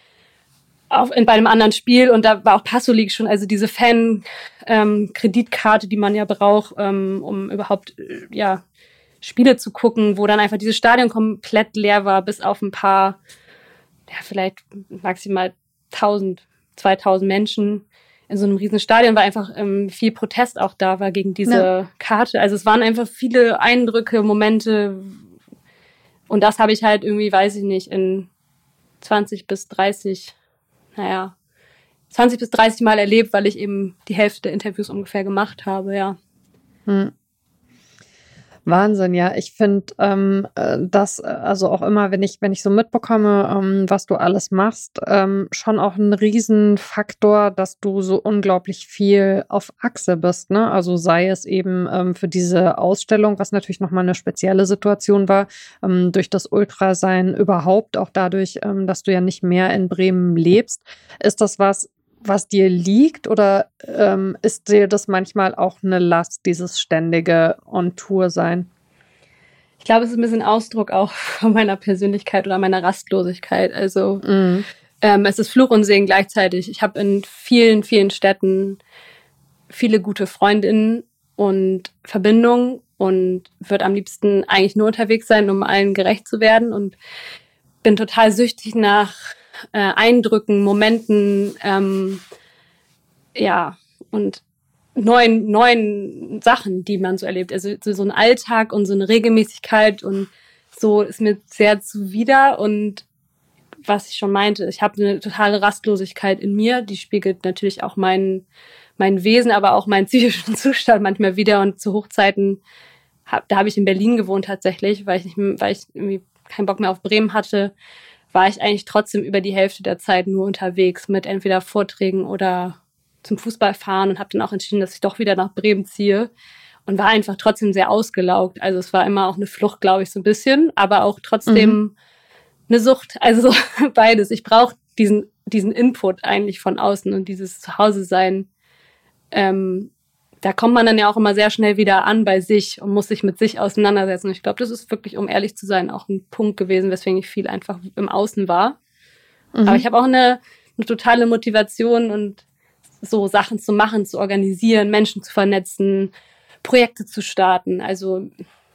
auf, in, bei einem anderen Spiel. Und da war auch Passolik schon, also diese Fan-Kreditkarte, ähm, die man ja braucht, ähm, um überhaupt äh, ja, Spiele zu gucken, wo dann einfach dieses Stadion komplett leer war, bis auf ein paar, ja, vielleicht maximal tausend, zweitausend Menschen in so einem riesen Stadion, weil einfach ähm, viel Protest auch da war gegen diese Ja. Karte. Also es waren einfach viele Eindrücke, Momente und das habe ich halt irgendwie, weiß ich nicht, in zwanzig bis dreißig, naja, zwanzig bis dreißig Mal erlebt, weil ich eben die Hälfte der Interviews ungefähr gemacht habe, ja. Hm. Wahnsinn, ja. Ich finde ähm, äh, das, äh, also auch immer, wenn ich, wenn ich so mitbekomme, ähm, was du alles machst, ähm, schon auch ein Riesenfaktor, dass du so unglaublich viel auf Achse bist, ne? Also sei es eben ähm, für diese Ausstellung, was natürlich nochmal eine spezielle Situation war, ähm, durch das Ultrasein überhaupt, auch dadurch, ähm, dass du ja nicht mehr in Bremen lebst. Ist das was, was dir liegt oder ähm, ist dir das manchmal auch eine Last, dieses ständige On-Tour-Sein? Ich glaube, es ist ein bisschen Ausdruck auch von meiner Persönlichkeit oder meiner Rastlosigkeit. Also Mhm. ähm, es ist Fluch und Segen gleichzeitig. Ich habe in vielen, vielen Städten viele gute Freundinnen und Verbindungen und würde am liebsten eigentlich nur unterwegs sein, um allen gerecht zu werden und bin total süchtig nach äh, Eindrücken, Momenten, ähm, ja, und neuen, neuen Sachen, die man so erlebt. Also so, so ein Alltag und so eine Regelmäßigkeit und so ist mir sehr zuwider. Und was ich schon meinte, ich habe eine totale Rastlosigkeit in mir, die spiegelt natürlich auch mein, mein Wesen, aber auch meinen psychischen Zustand manchmal wieder. Und zu Hochzeiten, hab, da habe ich in Berlin gewohnt tatsächlich, weil ich, nicht, weil ich irgendwie keinen Bock mehr auf Bremen hatte, war ich eigentlich trotzdem über die Hälfte der Zeit nur unterwegs mit entweder Vorträgen oder zum Fußball fahren und habe dann auch entschieden, dass ich doch wieder nach Bremen ziehe und war einfach trotzdem sehr ausgelaugt. Also es war immer auch eine Flucht, glaube ich, so ein bisschen, aber auch trotzdem mhm. eine Sucht. Also beides. Ich brauche diesen, diesen Input eigentlich von außen und dieses Zuhause-Sein. Ähm, da kommt man dann ja auch immer sehr schnell wieder an bei sich und muss sich mit sich auseinandersetzen. Und ich glaube, das ist wirklich, um ehrlich zu sein, auch ein Punkt gewesen, weswegen ich viel einfach im Außen war. Mhm. Aber ich habe auch eine, eine totale Motivation und so Sachen zu machen, zu organisieren, Menschen zu vernetzen, Projekte zu starten. Also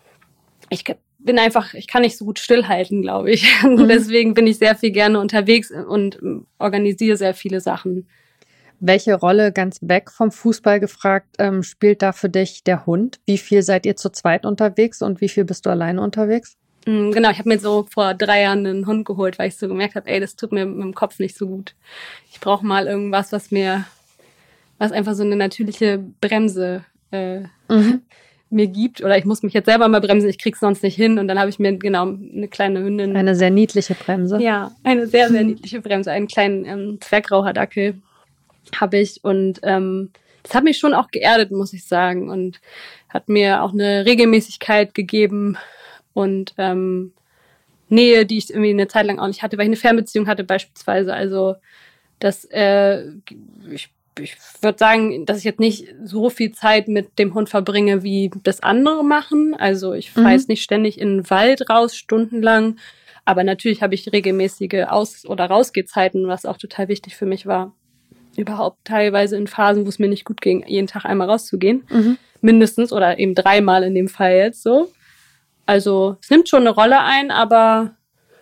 ich bin einfach, ich kann nicht so gut stillhalten, glaube ich. Mhm. Deswegen bin ich sehr viel gerne unterwegs und organisiere sehr viele Sachen. Welche Rolle, ganz weg vom Fußball gefragt, ähm, spielt da für dich der Hund? Wie viel seid ihr zu zweit unterwegs und wie viel bist du alleine unterwegs? Mhm, genau, ich habe mir so vor drei Jahren einen Hund geholt, weil ich so gemerkt habe, ey, das tut mir mit dem Kopf nicht so gut. Ich brauche mal irgendwas, was mir, was einfach so eine natürliche Bremse äh, mhm. mir gibt. Oder ich muss mich jetzt selber mal bremsen, ich krieg's sonst nicht hin. Und dann habe ich mir genau eine kleine Hündin. Eine sehr niedliche Bremse. Ja, eine sehr, sehr niedliche Bremse. Einen kleinen ähm, Zwergrauhaardackel habe ich. Und ähm, das hat mich schon auch geerdet, muss ich sagen. Und hat mir auch eine Regelmäßigkeit gegeben und ähm, Nähe, die ich irgendwie eine Zeit lang auch nicht hatte, weil ich eine Fernbeziehung hatte beispielsweise. Also das, äh, ich Ich würde sagen, dass ich jetzt nicht so viel Zeit mit dem Hund verbringe, wie das andere machen. Also ich fahre jetzt mhm. nicht ständig in den Wald raus, stundenlang. Aber natürlich habe ich regelmäßige Aus- oder Rausgehzeiten, was auch total wichtig für mich war. Überhaupt teilweise in Phasen, wo es mir nicht gut ging, jeden Tag einmal rauszugehen. Mhm. Mindestens oder eben dreimal in dem Fall jetzt so. Also es nimmt schon eine Rolle ein, aber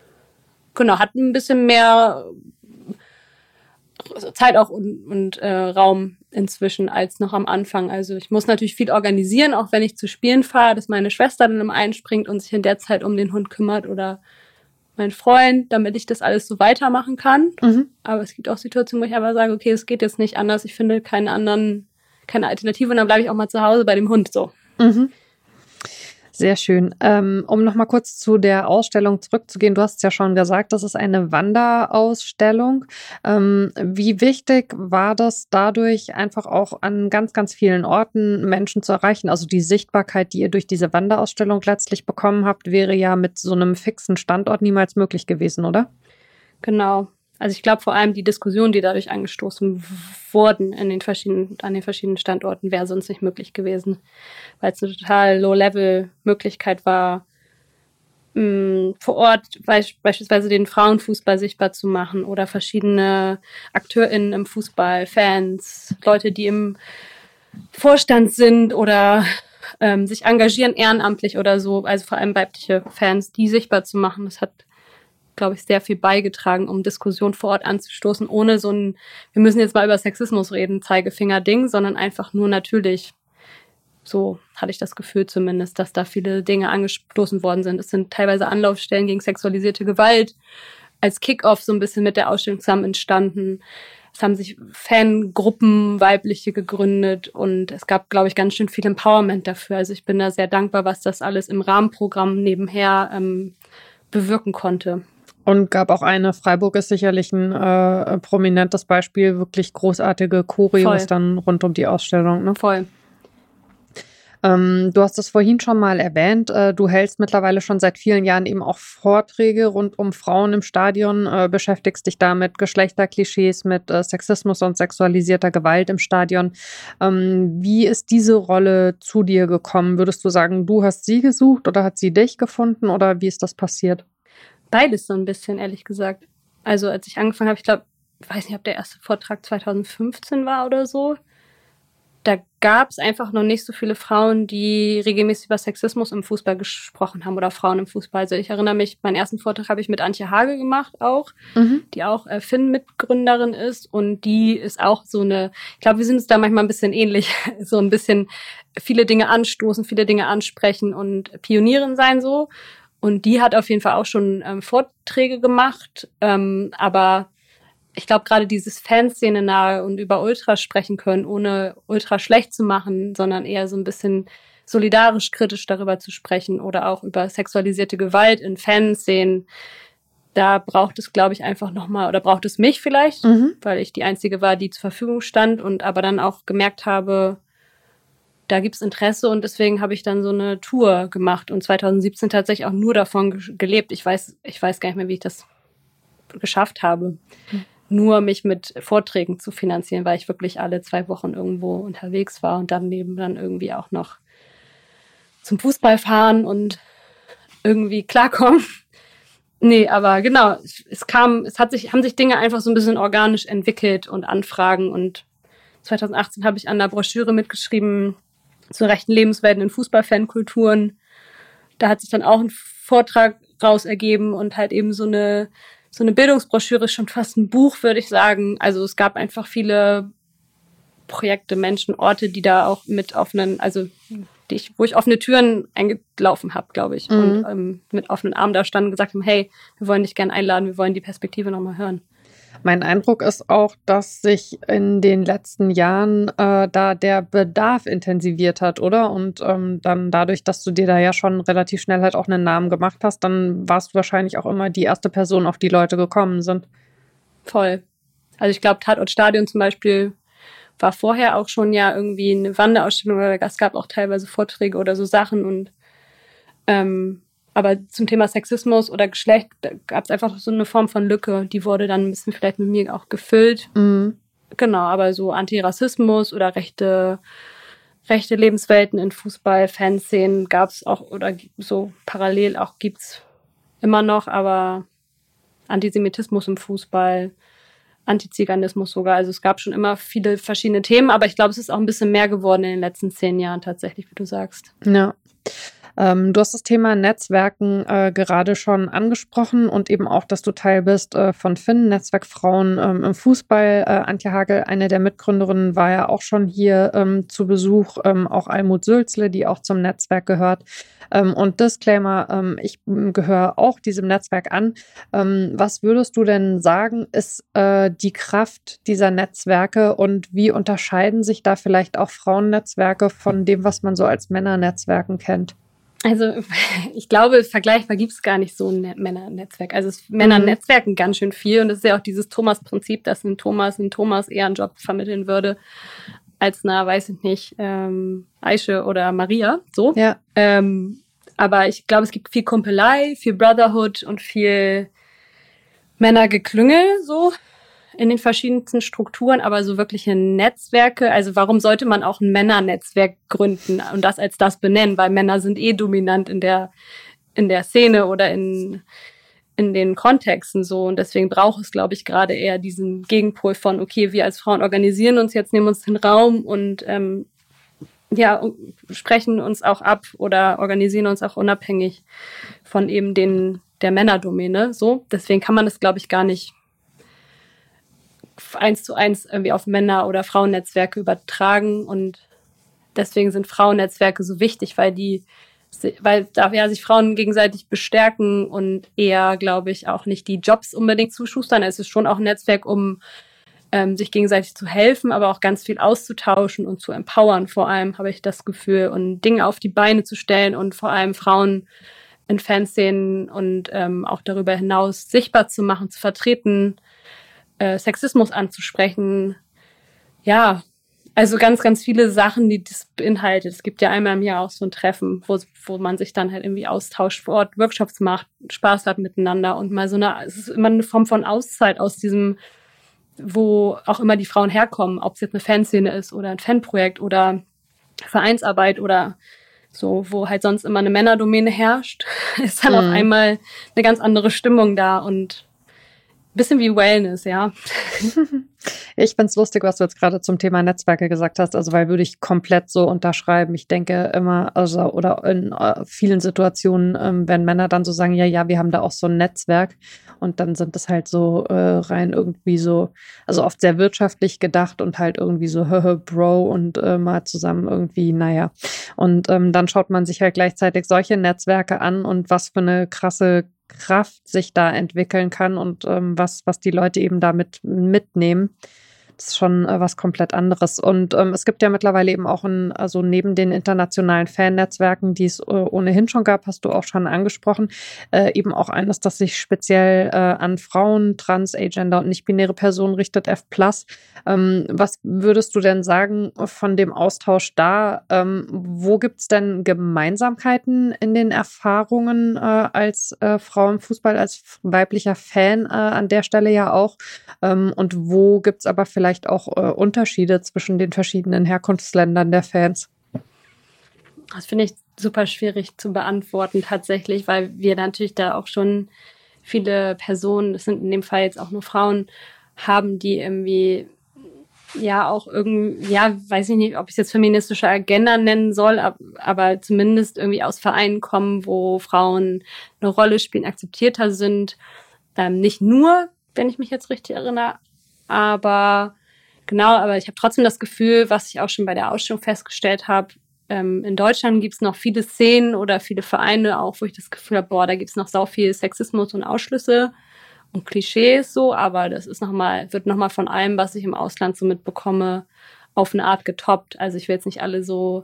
genau, hat ein bisschen mehr Zeit auch und, und äh, Raum inzwischen als noch am Anfang. Also ich muss natürlich viel organisieren, auch wenn ich zu Spielen fahre, dass meine Schwester dann immer einspringt und sich in der Zeit um den Hund kümmert oder mein Freund, damit ich das alles so weitermachen kann. Mhm. Aber es gibt auch Situationen, wo ich aber sage, okay, es geht jetzt nicht anders, ich finde keine anderen, keine Alternative und dann bleibe ich auch mal zu Hause bei dem Hund so. Mhm. Sehr schön. Ähm, um nochmal kurz zu der Ausstellung zurückzugehen, du hast es ja schon gesagt, das ist eine Wanderausstellung. Ähm, wie wichtig war das dadurch einfach auch an ganz, ganz vielen Orten Menschen zu erreichen? Also die Sichtbarkeit, die ihr durch diese Wanderausstellung letztlich bekommen habt, wäre ja mit so einem fixen Standort niemals möglich gewesen, oder? Genau. Also ich glaube vor allem die Diskussionen, die dadurch angestoßen wurden in den verschiedenen, an den verschiedenen Standorten, wäre sonst nicht möglich gewesen, weil es eine total Low-Level-Möglichkeit war, mh, vor Ort beisp- beispielsweise den Frauenfußball sichtbar zu machen oder verschiedene AkteurInnen im Fußball, Fans, Leute, die im Vorstand sind oder ähm, sich engagieren ehrenamtlich oder so, also vor allem weibliche Fans, die sichtbar zu machen. Das hat, glaube ich, sehr viel beigetragen, um Diskussion vor Ort anzustoßen, ohne so ein, wir müssen jetzt mal über Sexismus reden, Zeigefinger-Ding, sondern einfach nur natürlich, so hatte ich das Gefühl zumindest, dass da viele Dinge angestoßen worden sind. Es sind teilweise Anlaufstellen gegen sexualisierte Gewalt als Kick-Off so ein bisschen mit der Ausstellung zusammen entstanden. Es haben sich Fangruppen, weibliche gegründet und es gab, glaube ich, ganz schön viel Empowerment dafür. Also ich bin da sehr dankbar, was das alles im Rahmenprogramm nebenher ähm, bewirken konnte. Und gab auch eine, Freiburg ist sicherlich ein äh, prominentes Beispiel, wirklich großartige Choreos dann rund um die Ausstellung. Ne? Voll. Ähm, du hast es vorhin schon mal erwähnt, äh, du hältst mittlerweile schon seit vielen Jahren eben auch Vorträge rund um Frauen im Stadion, äh, beschäftigst dich da mit Geschlechterklischees, mit äh, Sexismus und sexualisierter Gewalt im Stadion. Ähm, wie ist diese Rolle zu dir gekommen? Würdest du sagen, du hast sie gesucht oder hat sie dich gefunden oder wie ist das passiert? Beides so ein bisschen, ehrlich gesagt. Also als ich angefangen habe, ich glaube, ich weiß nicht, ob der erste Vortrag zwanzig fünfzehn war oder so, da gab es einfach noch nicht so viele Frauen, die regelmäßig über Sexismus im Fußball gesprochen haben oder Frauen im Fußball. Also ich erinnere mich, meinen ersten Vortrag habe ich mit Antje Hage gemacht auch, mhm. die auch äh, Finn-Mitgründerin ist und die ist auch so eine, ich glaube, wir sind uns da manchmal ein bisschen ähnlich, so ein bisschen viele Dinge anstoßen, viele Dinge ansprechen und Pionierin sein so. Und die hat auf jeden Fall auch schon ähm, Vorträge gemacht, ähm, aber ich glaube, gerade dieses Fanszene nahe und über Ultras sprechen können, ohne Ultra schlecht zu machen, sondern eher so ein bisschen solidarisch kritisch darüber zu sprechen oder auch über sexualisierte Gewalt in Fanszenen. Da braucht es, glaube ich, einfach nochmal, oder braucht es mich vielleicht, mhm. weil ich die Einzige war, die zur Verfügung stand und aber dann auch gemerkt habe, da gibt's Interesse und deswegen habe ich dann so eine Tour gemacht und zwanzig siebzehn tatsächlich auch nur davon gelebt. Ich weiß, ich weiß gar nicht mehr, wie ich das geschafft habe. Mhm. Nur mich mit Vorträgen zu finanzieren, weil ich wirklich alle zwei Wochen irgendwo unterwegs war und daneben dann irgendwie auch noch zum Fußball fahren und irgendwie klarkommen. Nee, aber genau, es kam, es hat sich, haben sich Dinge einfach so ein bisschen organisch entwickelt und Anfragen und zwanzig achtzehn habe ich an der Broschüre mitgeschrieben zu rechten Lebenswelten in Fußballfankulturen. Da hat sich dann auch ein Vortrag raus ergeben und halt eben so eine So eine Bildungsbroschüre ist schon fast ein Buch, würde ich sagen. Also es gab einfach viele Projekte, Menschen, Orte, die da auch mit offenen, also die ich, wo ich offene Türen eingelaufen habe, glaube ich. Mhm. Und ähm, mit offenen Armen da standen und gesagt haben, hey, wir wollen dich gerne einladen, wir wollen die Perspektive nochmal hören. Mein Eindruck ist auch, dass sich in den letzten Jahren äh, da der Bedarf intensiviert hat, oder? Und ähm, dann dadurch, dass du dir da ja schon relativ schnell halt auch einen Namen gemacht hast, dann warst du wahrscheinlich auch immer die erste Person, auf die Leute gekommen sind. Voll. Also ich glaube, Tatortstadion zum Beispiel war vorher auch schon ja irgendwie eine Wanderausstellung oder es gab auch teilweise Vorträge oder so Sachen und ähm, aber zum Thema Sexismus oder Geschlecht gab es einfach so eine Form von Lücke. Die wurde dann ein bisschen vielleicht mit mir auch gefüllt. Mhm. Genau, aber so Antirassismus oder rechte, rechte Lebenswelten in Fußball, Fanszenen gab es auch oder so parallel auch gibt es immer noch. Aber Antisemitismus im Fußball, Antiziganismus sogar. Also es gab schon immer viele verschiedene Themen. Aber ich glaube, es ist auch ein bisschen mehr geworden in den letzten zehn Jahren tatsächlich, wie du sagst. Ja. Ähm, du hast das Thema Netzwerken äh, gerade schon angesprochen und eben auch, dass du Teil bist äh, von Finn, Netzwerk Frauen ähm, im Fußball. Äh, Antje Hagel, eine der Mitgründerinnen, war ja auch schon hier ähm, zu Besuch, ähm, auch Almut Sülzle, die auch zum Netzwerk gehört. Ähm, und Disclaimer, ähm, ich gehöre auch diesem Netzwerk an. Ähm, was würdest du denn sagen, ist äh, die Kraft dieser Netzwerke und wie unterscheiden sich da vielleicht auch Frauennetzwerke von dem, was man so als Männernetzwerken kennt? Also ich glaube, vergleichbar gibt es gar nicht so ein Männernetzwerk. Also es, Männer netzwerken ganz schön viel und es ist ja auch dieses Thomas-Prinzip, dass ein Thomas ein Thomas eher einen Job vermitteln würde als einer, weiß ich nicht, ähm, Aische oder Maria. So. Ja. Ähm, aber ich glaube, es gibt viel Kumpelei, viel Brotherhood und viel Männergeklüngel so in den verschiedensten Strukturen, aber so wirkliche Netzwerke, also warum sollte man auch ein Männernetzwerk gründen und das als das benennen, weil Männer sind eh dominant in der in der Szene oder in in den Kontexten so und deswegen braucht es, glaube ich, gerade eher diesen Gegenpol von, okay, wir als Frauen organisieren uns jetzt, nehmen uns den Raum und ähm, ja, sprechen uns auch ab oder organisieren uns auch unabhängig von eben den der Männerdomäne, so. Deswegen kann man das, glaube ich, gar nicht eins zu eins irgendwie auf Männer- oder Frauennetzwerke übertragen und deswegen sind Frauennetzwerke so wichtig, weil die, weil da ja sich Frauen gegenseitig bestärken und eher, glaube ich, auch nicht die Jobs unbedingt zuschustern. Es ist schon auch ein Netzwerk, um ähm, sich gegenseitig zu helfen, aber auch ganz viel auszutauschen und zu empowern. Vor allem habe ich das Gefühl und Dinge auf die Beine zu stellen und vor allem Frauen in Fanszenen und ähm, auch darüber hinaus sichtbar zu machen, zu vertreten, Äh, Sexismus anzusprechen. Ja, also ganz, ganz viele Sachen, die das beinhaltet. Es gibt ja einmal im Jahr auch so ein Treffen, wo, wo man sich dann halt irgendwie austauscht, vor Ort Workshops macht, Spaß hat miteinander und mal so eine, es ist immer eine Form von Auszeit aus diesem, wo auch immer die Frauen herkommen, ob es jetzt eine Fanszene ist oder ein Fanprojekt oder Vereinsarbeit oder so, wo halt sonst immer eine Männerdomäne herrscht, ist dann mhm. auf einmal eine ganz andere Stimmung da und bisschen wie Wellness, ja. Ich find's lustig, was du jetzt gerade zum Thema Netzwerke gesagt hast, also weil würde ich komplett so unterschreiben. Ich denke immer, also oder in äh, vielen Situationen, ähm, wenn Männer dann so sagen, ja, ja, wir haben da auch so ein Netzwerk und dann sind das halt so äh, rein irgendwie so, also oft sehr wirtschaftlich gedacht und halt irgendwie so, Bro und äh, mal zusammen irgendwie, naja. Und ähm, dann schaut man sich halt gleichzeitig solche Netzwerke an und was für eine krasse Kraft sich da entwickeln kann und ähm, was, was die Leute eben damit mitnehmen. Das ist schon äh, was komplett anderes. Und ähm, es gibt ja mittlerweile eben auch, ein, also neben den internationalen Fan-Netzwerken, die es äh, ohnehin schon gab, hast du auch schon angesprochen, äh, eben auch eines, das sich speziell äh, an Frauen, Trans, Agender und nicht-binäre Personen richtet, F plus. Ähm, was würdest du denn sagen von dem Austausch da? Ähm, wo gibt es denn Gemeinsamkeiten in den Erfahrungen äh, als äh, Frau im Fußball, als weiblicher Fan äh, an der Stelle ja auch? Ähm, und wo gibt es aber vielleicht vielleicht auch äh, Unterschiede zwischen den verschiedenen Herkunftsländern der Fans? Das finde ich super schwierig zu beantworten tatsächlich, weil wir natürlich da auch schon viele Personen, das sind in dem Fall jetzt auch nur Frauen, haben, die irgendwie ja auch irgendwie, ja, weiß ich nicht, ob ich es jetzt feministische Agenda nennen soll, aber, aber zumindest irgendwie aus Vereinen kommen, wo Frauen eine Rolle spielen, akzeptierter sind. Ähm, nicht nur, wenn ich mich jetzt richtig erinnere, aber genau, aber ich habe trotzdem das Gefühl, was ich auch schon bei der Ausstellung festgestellt habe, ähm, in Deutschland gibt es noch viele Szenen oder viele Vereine auch, wo ich das Gefühl habe, boah, da gibt es noch sau viel Sexismus und Ausschlüsse und Klischees so, aber das ist noch mal, wird nochmal von allem, was ich im Ausland so mitbekomme, auf eine Art getoppt. Also ich will jetzt nicht alle so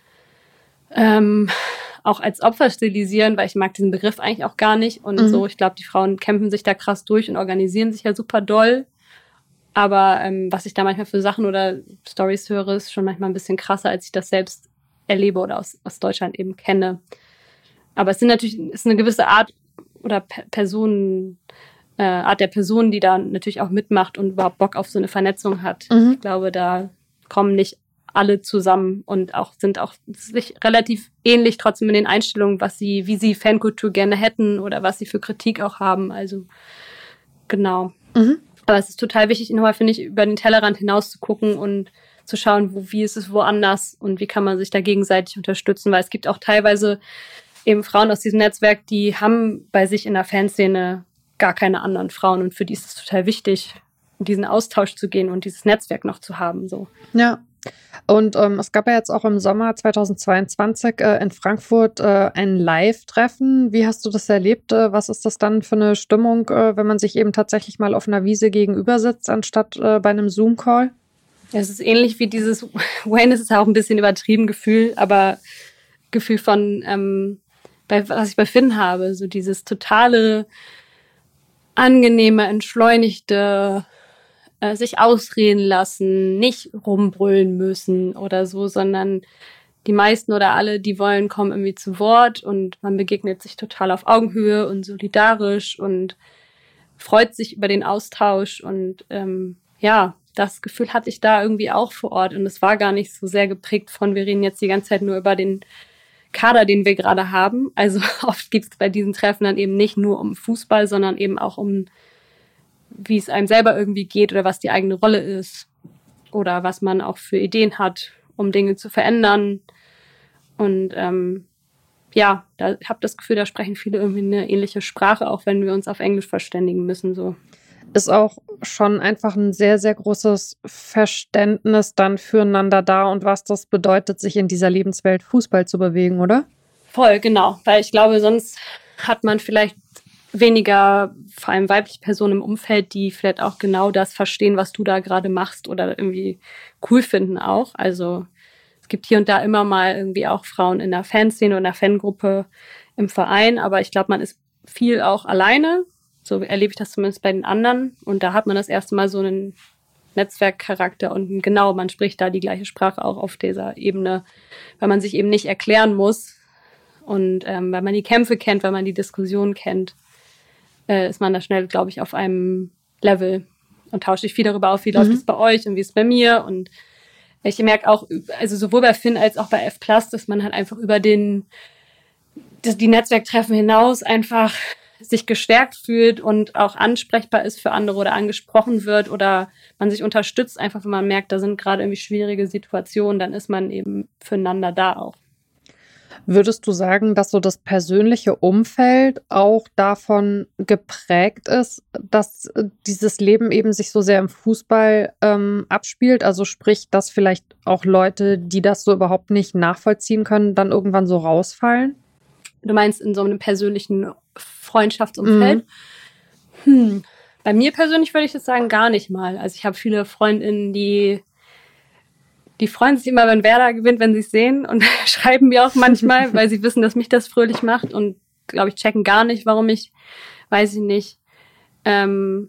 ähm, auch als Opfer stilisieren, weil ich mag diesen Begriff eigentlich auch gar nicht und mhm. so. Ich glaube, die Frauen kämpfen sich da krass durch und organisieren sich ja super doll. Aber ähm, was ich da manchmal für Sachen oder Storys höre, ist schon manchmal ein bisschen krasser, als ich das selbst erlebe oder aus, aus Deutschland eben kenne. Aber es sind natürlich, es ist eine gewisse Art oder Personen, äh, Art der Person, die da natürlich auch mitmacht und überhaupt Bock auf so eine Vernetzung hat. Mhm. Ich glaube, da kommen nicht alle zusammen und auch sind auch sich relativ ähnlich trotzdem in den Einstellungen, was sie, wie sie Fankultur gerne hätten oder was sie für Kritik auch haben. Also genau. Mhm. Aber es ist total wichtig, nochmal, finde ich, über den Tellerrand hinaus zu gucken und zu schauen, wo, wie ist es woanders und wie kann man sich da gegenseitig unterstützen, weil es gibt auch teilweise eben Frauen aus diesem Netzwerk, die haben bei sich in der Fanszene gar keine anderen Frauen und für die ist es total wichtig, in diesen Austausch zu gehen und dieses Netzwerk noch zu haben. So. Ja. Und ähm, es gab ja jetzt auch im Sommer zweitausendzweiundzwanzig äh, in Frankfurt äh, ein Live-Treffen. Wie hast du das erlebt? Äh, was ist das dann für eine Stimmung, äh, wenn man sich eben tatsächlich mal auf einer Wiese gegenüber sitzt, anstatt äh, bei einem Zoom-Call? Es ist ähnlich wie dieses, Wayne ist auch ein bisschen übertrieben Gefühl, aber Gefühl von, ähm, bei, was ich bei Finn habe, so dieses totale, angenehme, entschleunigte, sich ausreden lassen, nicht rumbrüllen müssen oder so, sondern die meisten oder alle, die wollen, kommen irgendwie zu Wort und man begegnet sich total auf Augenhöhe und solidarisch und freut sich über den Austausch und ähm, ja, das Gefühl hatte ich da irgendwie auch vor Ort und es war gar nicht so sehr geprägt von, wir reden jetzt die ganze Zeit nur über den Kader, den wir gerade haben. Also oft geht es bei diesen Treffen dann eben nicht nur um Fußball, sondern eben auch um wie es einem selber irgendwie geht oder was die eigene Rolle ist oder was man auch für Ideen hat, um Dinge zu verändern. Und ähm, ja, da habe ich das Gefühl, da sprechen viele irgendwie eine ähnliche Sprache, auch wenn wir uns auf Englisch verständigen müssen. So. Ist auch schon einfach ein sehr, sehr großes Verständnis dann füreinander da und was das bedeutet, sich in dieser Lebenswelt Fußball zu bewegen, oder? Voll, genau. Weil ich glaube, sonst hat man vielleicht weniger, vor allem weibliche Personen im Umfeld, die vielleicht auch genau das verstehen, was du da gerade machst oder irgendwie cool finden auch. Also es gibt hier und da immer mal irgendwie auch Frauen in der Fanszene oder in der Fangruppe im Verein, aber ich glaube, man ist viel auch alleine. So erlebe ich das zumindest bei den anderen. Und da hat man das erste Mal so einen Netzwerkcharakter und genau, man spricht da die gleiche Sprache auch auf dieser Ebene, weil man sich eben nicht erklären muss und ähm, weil man die Kämpfe kennt, weil man die Diskussion kennt. Äh, ist man da schnell, glaube ich, auf einem Level und tauscht sich viel darüber auf, wie mhm. läuft es bei euch und wie ist es bei mir. Und ich merke auch, also sowohl bei Finn als auch bei F plus, dass man halt einfach über den, das, die Netzwerktreffen hinaus einfach sich gestärkt fühlt und auch ansprechbar ist für andere oder angesprochen wird oder man sich unterstützt, einfach wenn man merkt, da sind gerade irgendwie schwierige Situationen, dann ist man eben füreinander da auch. Würdest du sagen, dass so das persönliche Umfeld auch davon geprägt ist, dass dieses Leben eben sich so sehr im Fußball ähm, abspielt? Also sprich, dass vielleicht auch Leute, die das so überhaupt nicht nachvollziehen können, dann irgendwann so rausfallen? Du meinst in so einem persönlichen Freundschaftsumfeld. Mhm. Hm. Bei mir persönlich würde ich das sagen, gar nicht mal. Also ich habe viele Freundinnen, die die freuen sich immer, wenn Werder gewinnt, wenn sie es sehen und schreiben mir auch manchmal, weil sie wissen, dass mich das fröhlich macht und, glaube ich, checken gar nicht, warum ich, weiß ich nicht, ähm,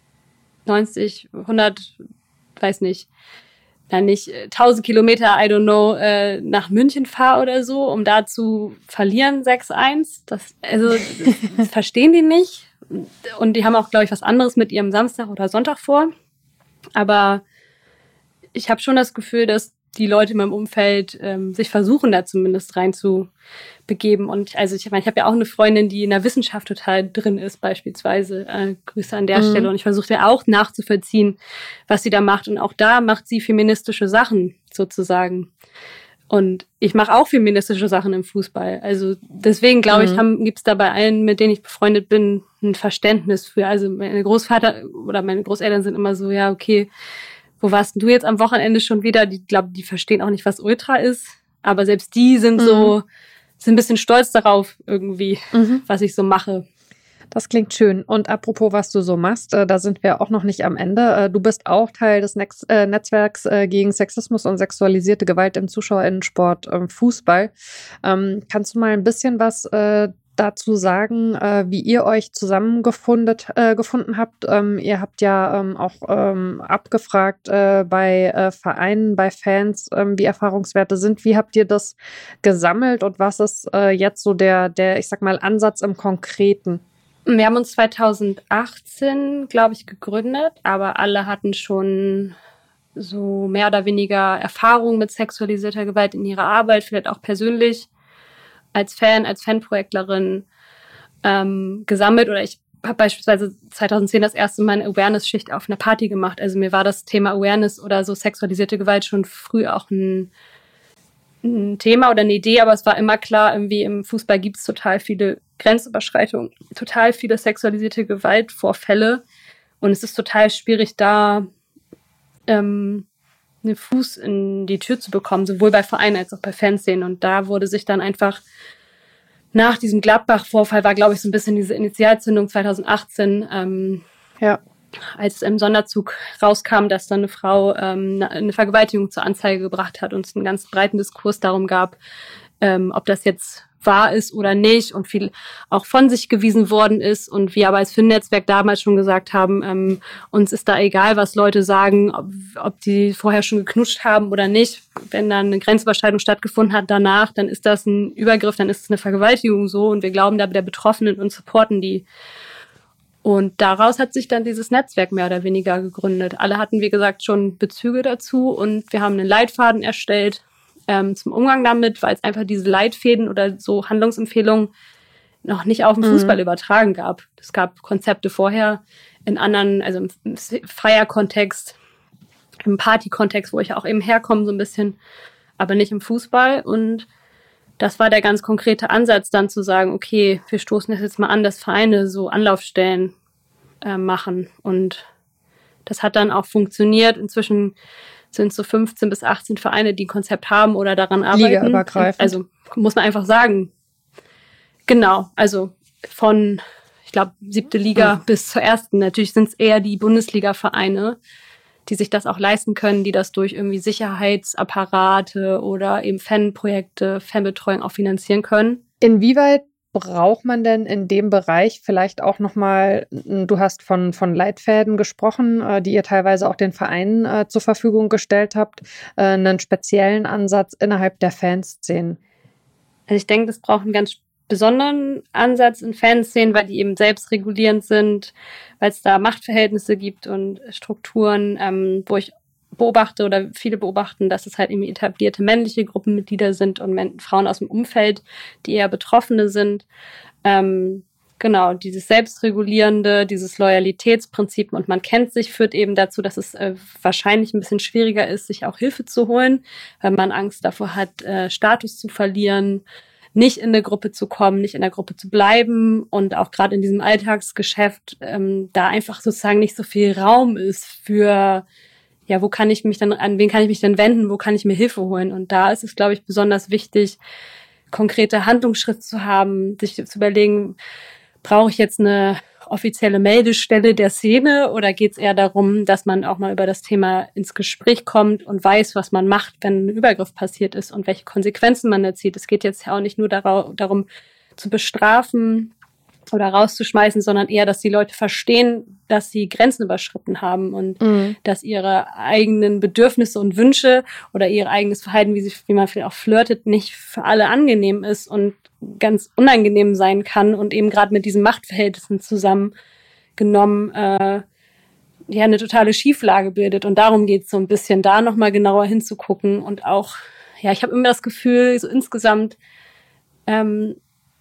neunzig, hundert, weiß nicht, dann nicht tausend Kilometer, I don't know, äh, nach München fahre oder so, um da zu verlieren sechs eins. Das, also, das, das verstehen die nicht. Und die haben auch, glaube ich, was anderes mit ihrem Samstag oder Sonntag vor. Aber ich habe schon das Gefühl, dass die Leute in meinem Umfeld ähm, sich versuchen, da zumindest reinzubegeben. Und also ich meine, ich habe ja auch eine Freundin, die in der Wissenschaft total drin ist, beispielsweise. Äh, Grüße an der mhm. Stelle. Und ich versuche ja auch nachzuvollziehen, was sie da macht. Und auch da macht sie feministische Sachen sozusagen. Und ich mache auch feministische Sachen im Fußball. Also deswegen, glaube mhm. ich, gibt es da bei allen, mit denen ich befreundet bin, ein Verständnis für. Also meine Großvater oder meine Großeltern sind immer so, ja, okay, wo warst du jetzt am Wochenende schon wieder? Die glaube, die verstehen auch nicht, was Ultra ist. Aber selbst die sind mhm. so, sind ein bisschen stolz darauf irgendwie, mhm. was ich so mache. Das klingt schön. Und apropos, was du so machst, äh, da sind wir auch noch nicht am Ende. Äh, du bist auch Teil des Nex- äh, Netzwerks äh, gegen Sexismus und sexualisierte Gewalt im ZuschauerInnensport äh, Fußball. Ähm, kannst du mal ein bisschen was äh, dazu sagen, äh, wie ihr euch zusammengefunden äh, gefunden habt? Ähm, ihr habt ja ähm, auch ähm, abgefragt äh, bei äh, Vereinen, bei Fans, ähm, wie Erfahrungswerte sind. Wie habt ihr das gesammelt und was ist äh, jetzt so der, der, ich sag mal, Ansatz im Konkreten? Wir haben uns zwanzig achtzehn, glaube ich, gegründet, aber alle hatten schon so mehr oder weniger Erfahrung mit sexualisierter Gewalt in ihrer Arbeit, vielleicht auch persönlich als Fan, als Fanprojektlerin ähm, gesammelt. Oder ich habe beispielsweise zwanzig zehn das erste Mal eine Awareness-Schicht auf einer Party gemacht. Also mir war das Thema Awareness oder so sexualisierte Gewalt schon früh auch ein, ein Thema oder eine Idee, aber es war immer klar, irgendwie im Fußball gibt es total viele Grenzüberschreitungen, total viele sexualisierte Gewaltvorfälle und es ist total schwierig, da ähm, einen Fuß in die Tür zu bekommen, sowohl bei Vereinen als auch bei Fanszenen. Und da wurde sich dann einfach nach diesem Gladbach-Vorfall war, glaube ich, so ein bisschen diese Initialzündung zwanzig achtzehn, ähm, ja. als im Sonderzug rauskam, dass dann eine Frau ähm, eine Vergewaltigung zur Anzeige gebracht hat und es einen ganz breiten Diskurs darum gab, ähm, ob das jetzt wahr ist oder nicht und viel auch von sich gewiesen worden ist und wir aber als Fin-Netzwerk damals schon gesagt haben, ähm, uns ist da egal, was Leute sagen, ob, ob die vorher schon geknutscht haben oder nicht. Wenn dann eine Grenzüberschreitung stattgefunden hat danach, dann ist das ein Übergriff, dann ist es eine Vergewaltigung so und wir glauben da der Betroffenen und supporten die. Und daraus hat sich dann dieses Netzwerk mehr oder weniger gegründet. Alle hatten, wie gesagt, schon Bezüge dazu und wir haben einen Leitfaden erstellt, Ähm, zum Umgang damit, weil es einfach diese Leitfäden oder so Handlungsempfehlungen noch nicht auf den Fußball mhm. übertragen gab. Es gab Konzepte vorher in anderen, also im Feierkontext, im Partykontext, wo ich auch eben herkomme so ein bisschen, aber nicht im Fußball. Und das war der ganz konkrete Ansatz, dann zu sagen, okay, wir stoßen das jetzt mal an, dass Vereine so Anlaufstellen äh, machen. Und das hat dann auch funktioniert. Inzwischen sind so fünfzehn bis achtzehn Vereine, die ein Konzept haben oder daran arbeiten. Ligaübergreifend. Also muss man einfach sagen. Genau, also von, ich glaube, siebte Liga mhm. bis zur ersten. Natürlich sind es eher die Bundesliga-Vereine, die sich das auch leisten können, die das durch irgendwie Sicherheitsapparate oder eben Fanprojekte, Fanbetreuung auch finanzieren können. Inwieweit braucht man denn in dem Bereich vielleicht auch nochmal, du hast von, von Leitfäden gesprochen, äh, die ihr teilweise auch den Vereinen äh, zur Verfügung gestellt habt, äh, einen speziellen Ansatz innerhalb der Fanszenen? Also ich denke, das braucht einen ganz besonderen Ansatz in Fanszenen, weil die eben selbstregulierend sind, weil es da Machtverhältnisse gibt und Strukturen, ähm, wo ich beobachte oder viele beobachten, dass es halt irgendwie etablierte männliche Gruppenmitglieder sind und Men- Frauen aus dem Umfeld, die eher Betroffene sind. Ähm, genau, dieses Selbstregulierende, dieses Loyalitätsprinzip und man kennt sich, führt eben dazu, dass es äh, wahrscheinlich ein bisschen schwieriger ist, sich auch Hilfe zu holen, weil man Angst davor hat, äh, Status zu verlieren, nicht in eine Gruppe zu kommen, nicht in der Gruppe zu bleiben und auch gerade in diesem Alltagsgeschäft ähm, da einfach sozusagen nicht so viel Raum ist für ja, wo kann ich mich dann, an wen kann ich mich denn wenden, wo kann ich mir Hilfe holen? Und da ist es, glaube ich, besonders wichtig, konkrete Handlungsschritte zu haben, sich zu überlegen, brauche ich jetzt eine offizielle Meldestelle der Szene oder geht es eher darum, dass man auch mal über das Thema ins Gespräch kommt und weiß, was man macht, wenn ein Übergriff passiert ist und welche Konsequenzen man erzieht. Es geht jetzt ja auch nicht nur dar- darum, zu bestrafen oder rauszuschmeißen, sondern eher, dass die Leute verstehen, dass sie Grenzen überschritten haben und mhm. dass ihre eigenen Bedürfnisse und Wünsche oder ihr eigenes Verhalten, wie, sie, wie man vielleicht auch flirtet, nicht für alle angenehm ist und ganz unangenehm sein kann und eben gerade mit diesen Machtverhältnissen zusammengenommen äh, ja eine totale Schieflage bildet. Und darum geht es so ein bisschen, da nochmal genauer hinzugucken und auch, ja, ich habe immer das Gefühl, so insgesamt ähm,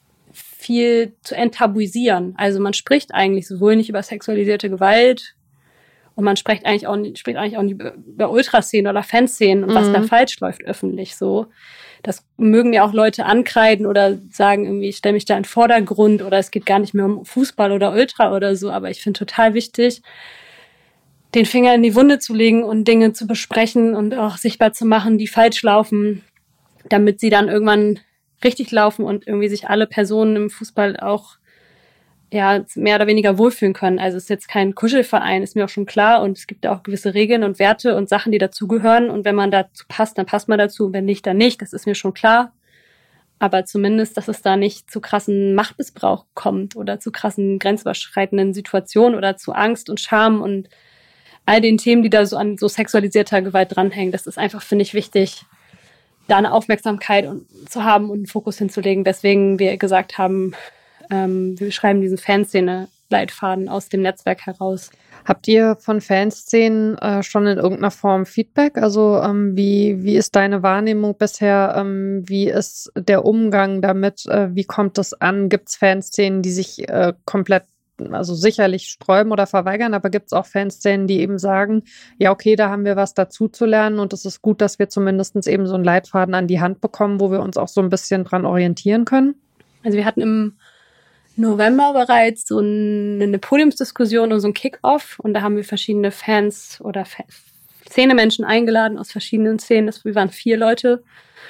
viel zu enttabuisieren. Also man spricht eigentlich sowohl nicht über sexualisierte Gewalt und man spricht eigentlich auch nicht, spricht eigentlich auch nicht über, über Ultraszenen oder Fanszenen und mhm. was da falsch läuft öffentlich so. Das mögen ja auch Leute ankreiden oder sagen irgendwie, ich stelle mich da in den Vordergrund oder es geht gar nicht mehr um Fußball oder Ultra oder so. Aber ich finde total wichtig, den Finger in die Wunde zu legen und Dinge zu besprechen und auch sichtbar zu machen, die falsch laufen, damit sie dann irgendwann richtig laufen und irgendwie sich alle Personen im Fußball auch ja mehr oder weniger wohlfühlen können. Also es ist jetzt kein Kuschelverein, ist mir auch schon klar. Und es gibt auch gewisse Regeln und Werte und Sachen, die dazugehören. Und wenn man dazu passt, dann passt man dazu. Und wenn nicht, dann nicht. Das ist mir schon klar. Aber zumindest, dass es da nicht zu krassen Machtmissbrauch kommt oder zu krassen grenzüberschreitenden Situationen oder zu Angst und Scham und all den Themen, die da so an so sexualisierter Gewalt dranhängen. Das ist einfach, finde ich, wichtig, da eine Aufmerksamkeit zu haben und einen Fokus hinzulegen, weswegen wir gesagt haben, ähm, wir schreiben diesen Fanszene-Leitfaden aus dem Netzwerk heraus. Habt ihr von Fanszenen äh, schon in irgendeiner Form Feedback? Also ähm, wie, wie ist deine Wahrnehmung bisher? Ähm, wie ist der Umgang damit? Äh, wie kommt es an? Gibt es Fanszenen, die sich äh, komplett also sicherlich sträuben oder verweigern, aber gibt es auch Fanszenen, die eben sagen, ja okay, da haben wir was dazu zu lernen und es ist gut, dass wir zumindest eben so einen Leitfaden an die Hand bekommen, wo wir uns auch so ein bisschen dran orientieren können? Also wir hatten im November bereits so eine Podiumsdiskussion und so ein Kick-Off und da haben wir verschiedene Fans oder Fa- Szenemenschen eingeladen aus verschiedenen Szenen. Das, wir waren vier Leute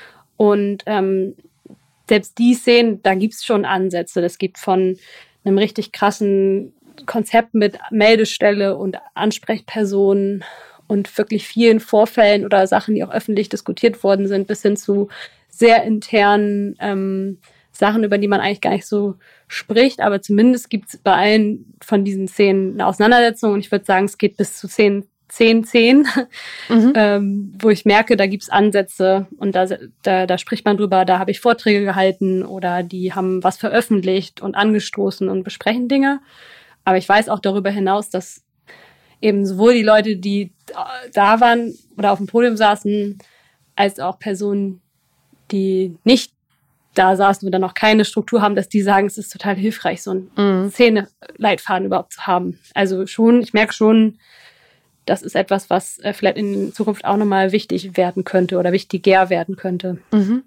und ähm, selbst die Szenen, da gibt es schon Ansätze. Das gibt von einem richtig krassen Konzept mit Meldestelle und Ansprechpersonen und wirklich vielen Vorfällen oder Sachen, die auch öffentlich diskutiert worden sind, bis hin zu sehr internen ähm, Sachen, über die man eigentlich gar nicht so spricht. Aber zumindest gibt es bei allen von diesen Szenen eine Auseinandersetzung und ich würde sagen, es geht bis zu zehn, zehn, zehn, mhm. ähm, wo ich merke, da gibt es Ansätze und da, da, da spricht man drüber, da habe ich Vorträge gehalten oder die haben was veröffentlicht und angestoßen und besprechen Dinge. Aber ich weiß auch darüber hinaus, dass eben sowohl die Leute, die da waren oder auf dem Podium saßen, als auch Personen, die nicht da saßen oder noch keine Struktur haben, dass die sagen, es ist total hilfreich, so einen mhm. Szene-Leitfaden überhaupt zu haben. Also schon, ich merke schon, das ist etwas, was äh, vielleicht in Zukunft auch nochmal wichtig werden könnte oder wichtiger werden könnte. Mhm.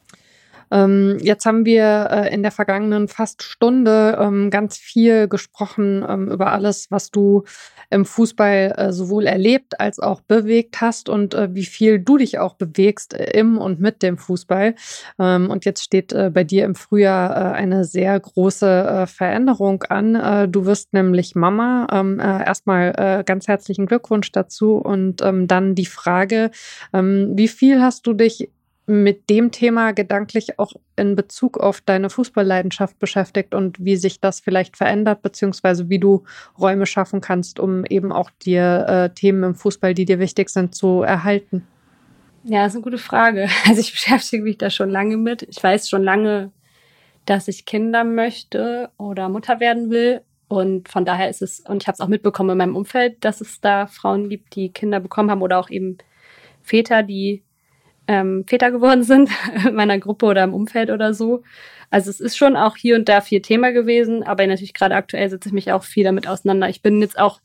Ähm, jetzt haben wir äh, in der vergangenen fast Stunde ähm, ganz viel gesprochen ähm, über alles, was du im Fußball äh, sowohl erlebt als auch bewegt hast und äh, wie viel du dich auch bewegst äh, im und mit dem Fußball. Ähm, und jetzt steht äh, bei dir im Frühjahr äh, eine sehr große äh, Veränderung an. Äh, du wirst nämlich Mama. Ähm, äh, erstmal äh, ganz herzlichen Glückwunsch dazu und ähm, dann die Frage, ähm, wie viel hast du dich mit dem Thema gedanklich auch in Bezug auf deine Fußballleidenschaft beschäftigt und wie sich das vielleicht verändert, beziehungsweise wie du Räume schaffen kannst, um eben auch dir äh, Themen im Fußball, die dir wichtig sind, zu erhalten? Ja, das ist eine gute Frage. Also ich beschäftige mich da schon lange mit. Ich weiß schon lange, dass ich Kinder möchte oder Mutter werden will. Und von daher ist es, und ich habe es auch mitbekommen in meinem Umfeld, dass es da Frauen gibt, die Kinder bekommen haben oder auch eben Väter, die Ähm, Väter geworden sind, in meiner Gruppe oder im Umfeld oder so. Also es ist schon auch hier und da viel Thema gewesen, aber natürlich gerade aktuell setze ich mich auch viel damit auseinander. Ich bin jetzt auch,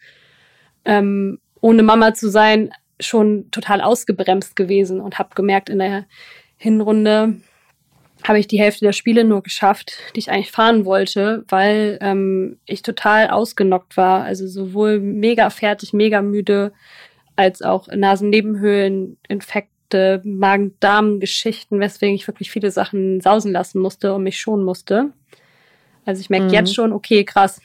ähm, ohne Mama zu sein, schon total ausgebremst gewesen und habe gemerkt, in der Hinrunde habe ich die Hälfte der Spiele nur geschafft, die ich eigentlich fahren wollte, weil ähm, ich total ausgenockt war. Also sowohl mega fertig, mega müde, als auch Nasennebenhöhlen, Infekt, Magen-Darm-Geschichten, weswegen ich wirklich viele Sachen sausen lassen musste und mich schonen musste. Also ich merke Mhm. jetzt schon, okay, krass.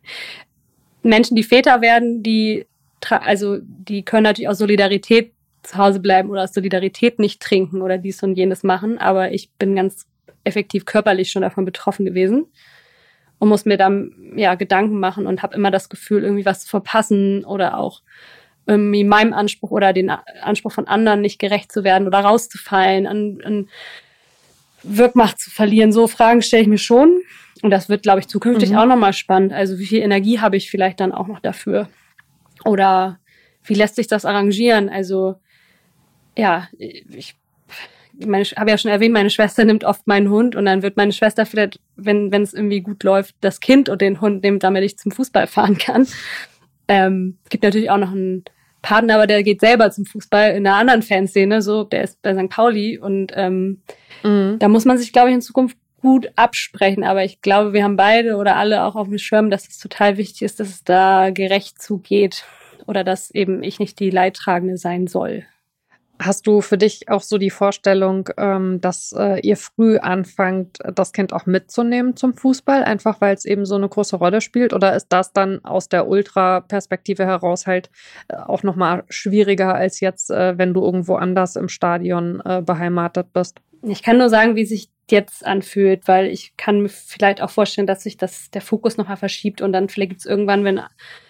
Menschen, die Väter werden, die, also die können natürlich aus Solidarität zu Hause bleiben oder aus Solidarität nicht trinken oder dies und jenes machen, aber ich bin ganz effektiv körperlich schon davon betroffen gewesen und muss mir dann ja Gedanken machen und habe immer das Gefühl, irgendwie was zu verpassen oder auch irgendwie meinem Anspruch oder den Anspruch von anderen nicht gerecht zu werden oder rauszufallen, an, an Wirkmacht zu verlieren. So Fragen stelle ich mir schon. Und das wird, glaube ich, zukünftig Mhm. auch nochmal spannend. Also wie viel Energie habe ich vielleicht dann auch noch dafür? Oder wie lässt sich das arrangieren? Also ja, ich meine, ich habe ja schon erwähnt, meine Schwester nimmt oft meinen Hund und dann wird meine Schwester vielleicht, wenn wenn es irgendwie gut läuft, das Kind und den Hund nehmen, damit ich zum Fußball fahren kann. Ähm, es gibt natürlich auch noch einen Partner, aber der geht selber zum Fußball in einer anderen Fanszene, so, der ist bei Sankt Pauli und ähm, Mhm. da muss man sich, glaube ich, in Zukunft gut absprechen, aber ich glaube, wir haben beide oder alle auch auf dem Schirm, dass es total wichtig ist, dass es da gerecht zugeht oder dass eben ich nicht die Leidtragende sein soll. Hast du für dich auch so die Vorstellung, ähm, dass äh, ihr früh anfangt, das Kind auch mitzunehmen zum Fußball, einfach weil es eben so eine große Rolle spielt? Oder ist das dann aus der Ultra-Perspektive heraus halt äh, auch nochmal schwieriger als jetzt, äh, wenn du irgendwo anders im Stadion äh, beheimatet bist? Ich kann nur sagen, wie sich jetzt anfühlt, weil ich kann mir vielleicht auch vorstellen, dass sich das, der Fokus nochmal verschiebt und dann vielleicht gibt es irgendwann, wenn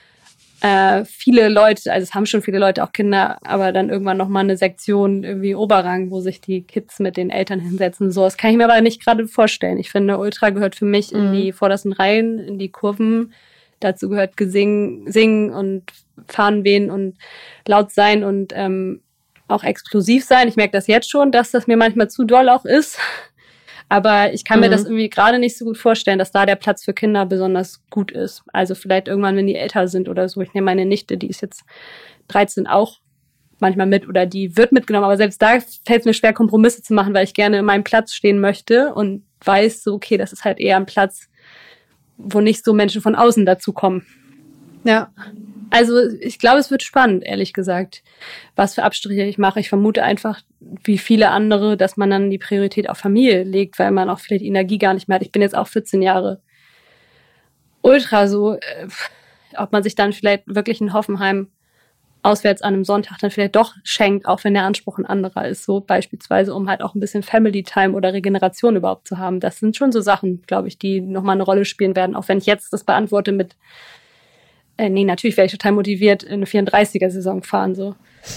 äh, viele Leute, also es haben schon viele Leute auch Kinder, aber dann irgendwann nochmal eine Sektion irgendwie Oberrang, wo sich die Kids mit den Eltern hinsetzen. So, das kann ich mir aber nicht gerade vorstellen. Ich finde, Ultra gehört für mich in Mhm. die vordersten Reihen, in die Kurven. Dazu gehört Gesing, Singen und Fahnen wehen und laut sein und ähm, auch explosiv sein. Ich merke das jetzt schon, dass das mir manchmal zu doll auch ist. Aber ich kann Mhm. mir das irgendwie gerade nicht so gut vorstellen, dass da der Platz für Kinder besonders gut ist. Also vielleicht irgendwann, wenn die älter sind oder so. Ich nehme meine Nichte, die ist jetzt dreizehn, auch manchmal mit oder die wird mitgenommen. Aber selbst da fällt es mir schwer, Kompromisse zu machen, weil ich gerne in meinem Platz stehen möchte und weiß so, okay, das ist halt eher ein Platz, wo nicht so Menschen von außen dazu kommen. Ja. Also ich glaube, es wird spannend, ehrlich gesagt, was für Abstriche ich mache. Ich vermute einfach, wie viele andere, dass man dann die Priorität auf Familie legt, weil man auch vielleicht die Energie gar nicht mehr hat. Ich bin jetzt auch vierzehn Jahre Ultra so, äh, ob man sich dann vielleicht wirklich in Hoffenheim auswärts an einem Sonntag dann vielleicht doch schenkt, auch wenn der Anspruch ein anderer ist, so beispielsweise, um halt auch ein bisschen Family Time oder Regeneration überhaupt zu haben. Das sind schon so Sachen, glaube ich, die nochmal eine Rolle spielen werden, auch wenn ich jetzt das beantworte mit Äh, nee, natürlich wäre ich total motiviert, in eine vierunddreißiger-Saison fahren, so.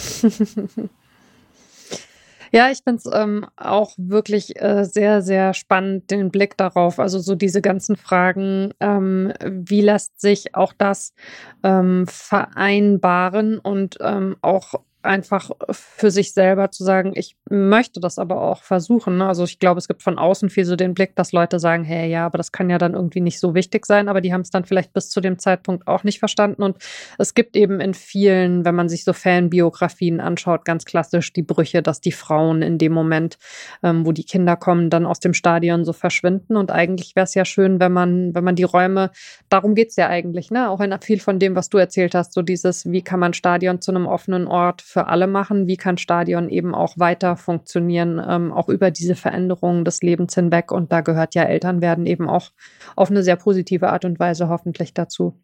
Ja, ich finde es ähm, auch wirklich äh, sehr, sehr spannend, den Blick darauf. Also so diese ganzen Fragen, ähm, wie lässt sich auch das ähm, vereinbaren und ähm, auch einfach für sich selber zu sagen, ich möchte das aber auch versuchen. Ne? Also ich glaube, es gibt von außen viel so den Blick, dass Leute sagen, hey, ja, aber das kann ja dann irgendwie nicht so wichtig sein, aber die haben es dann vielleicht bis zu dem Zeitpunkt auch nicht verstanden. Und es gibt eben in vielen, wenn man sich so Fanbiografien anschaut, ganz klassisch die Brüche, dass die Frauen in dem Moment, ähm, wo die Kinder kommen, dann aus dem Stadion so verschwinden. Und eigentlich wäre es ja schön, wenn man, wenn man die Räume, darum geht es ja eigentlich, ne? Auch in viel von dem, was du erzählt hast, so dieses, wie kann man Stadion zu einem offenen Ort für alle machen, wie kann Stadion eben auch weiter funktionieren, ähm, auch über diese Veränderungen des Lebens hinweg. Und da gehört ja Elternwerden eben auch auf eine sehr positive Art und Weise hoffentlich dazu.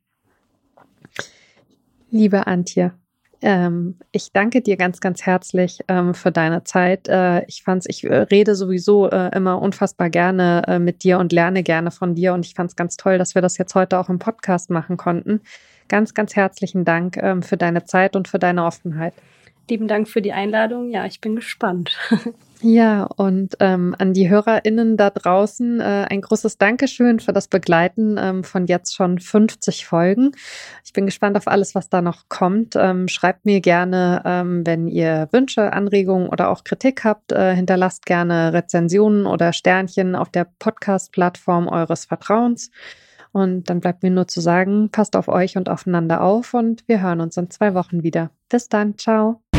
Liebe Antje, ähm, ich danke dir ganz, ganz herzlich ähm, für deine Zeit. Äh, ich fand's, ich äh, rede sowieso äh, immer unfassbar gerne äh, mit dir und lerne gerne von dir. Und ich fand es ganz toll, dass wir das jetzt heute auch im Podcast machen konnten. Ganz, ganz herzlichen Dank ähm, für deine Zeit und für deine Offenheit. Lieben Dank für die Einladung. Ja, ich bin gespannt. Ja, und ähm, an die HörerInnen da draußen äh, ein großes Dankeschön für das Begleiten ähm, von jetzt schon fünfzig Folgen. Ich bin gespannt auf alles, was da noch kommt. Ähm, schreibt mir gerne, ähm, wenn ihr Wünsche, Anregungen oder auch Kritik habt. Äh, hinterlasst gerne Rezensionen oder Sternchen auf der Podcast-Plattform eures Vertrauens. Und dann bleibt mir nur zu sagen, passt auf euch und aufeinander auf und wir hören uns in zwei Wochen wieder. Bis dann, ciao.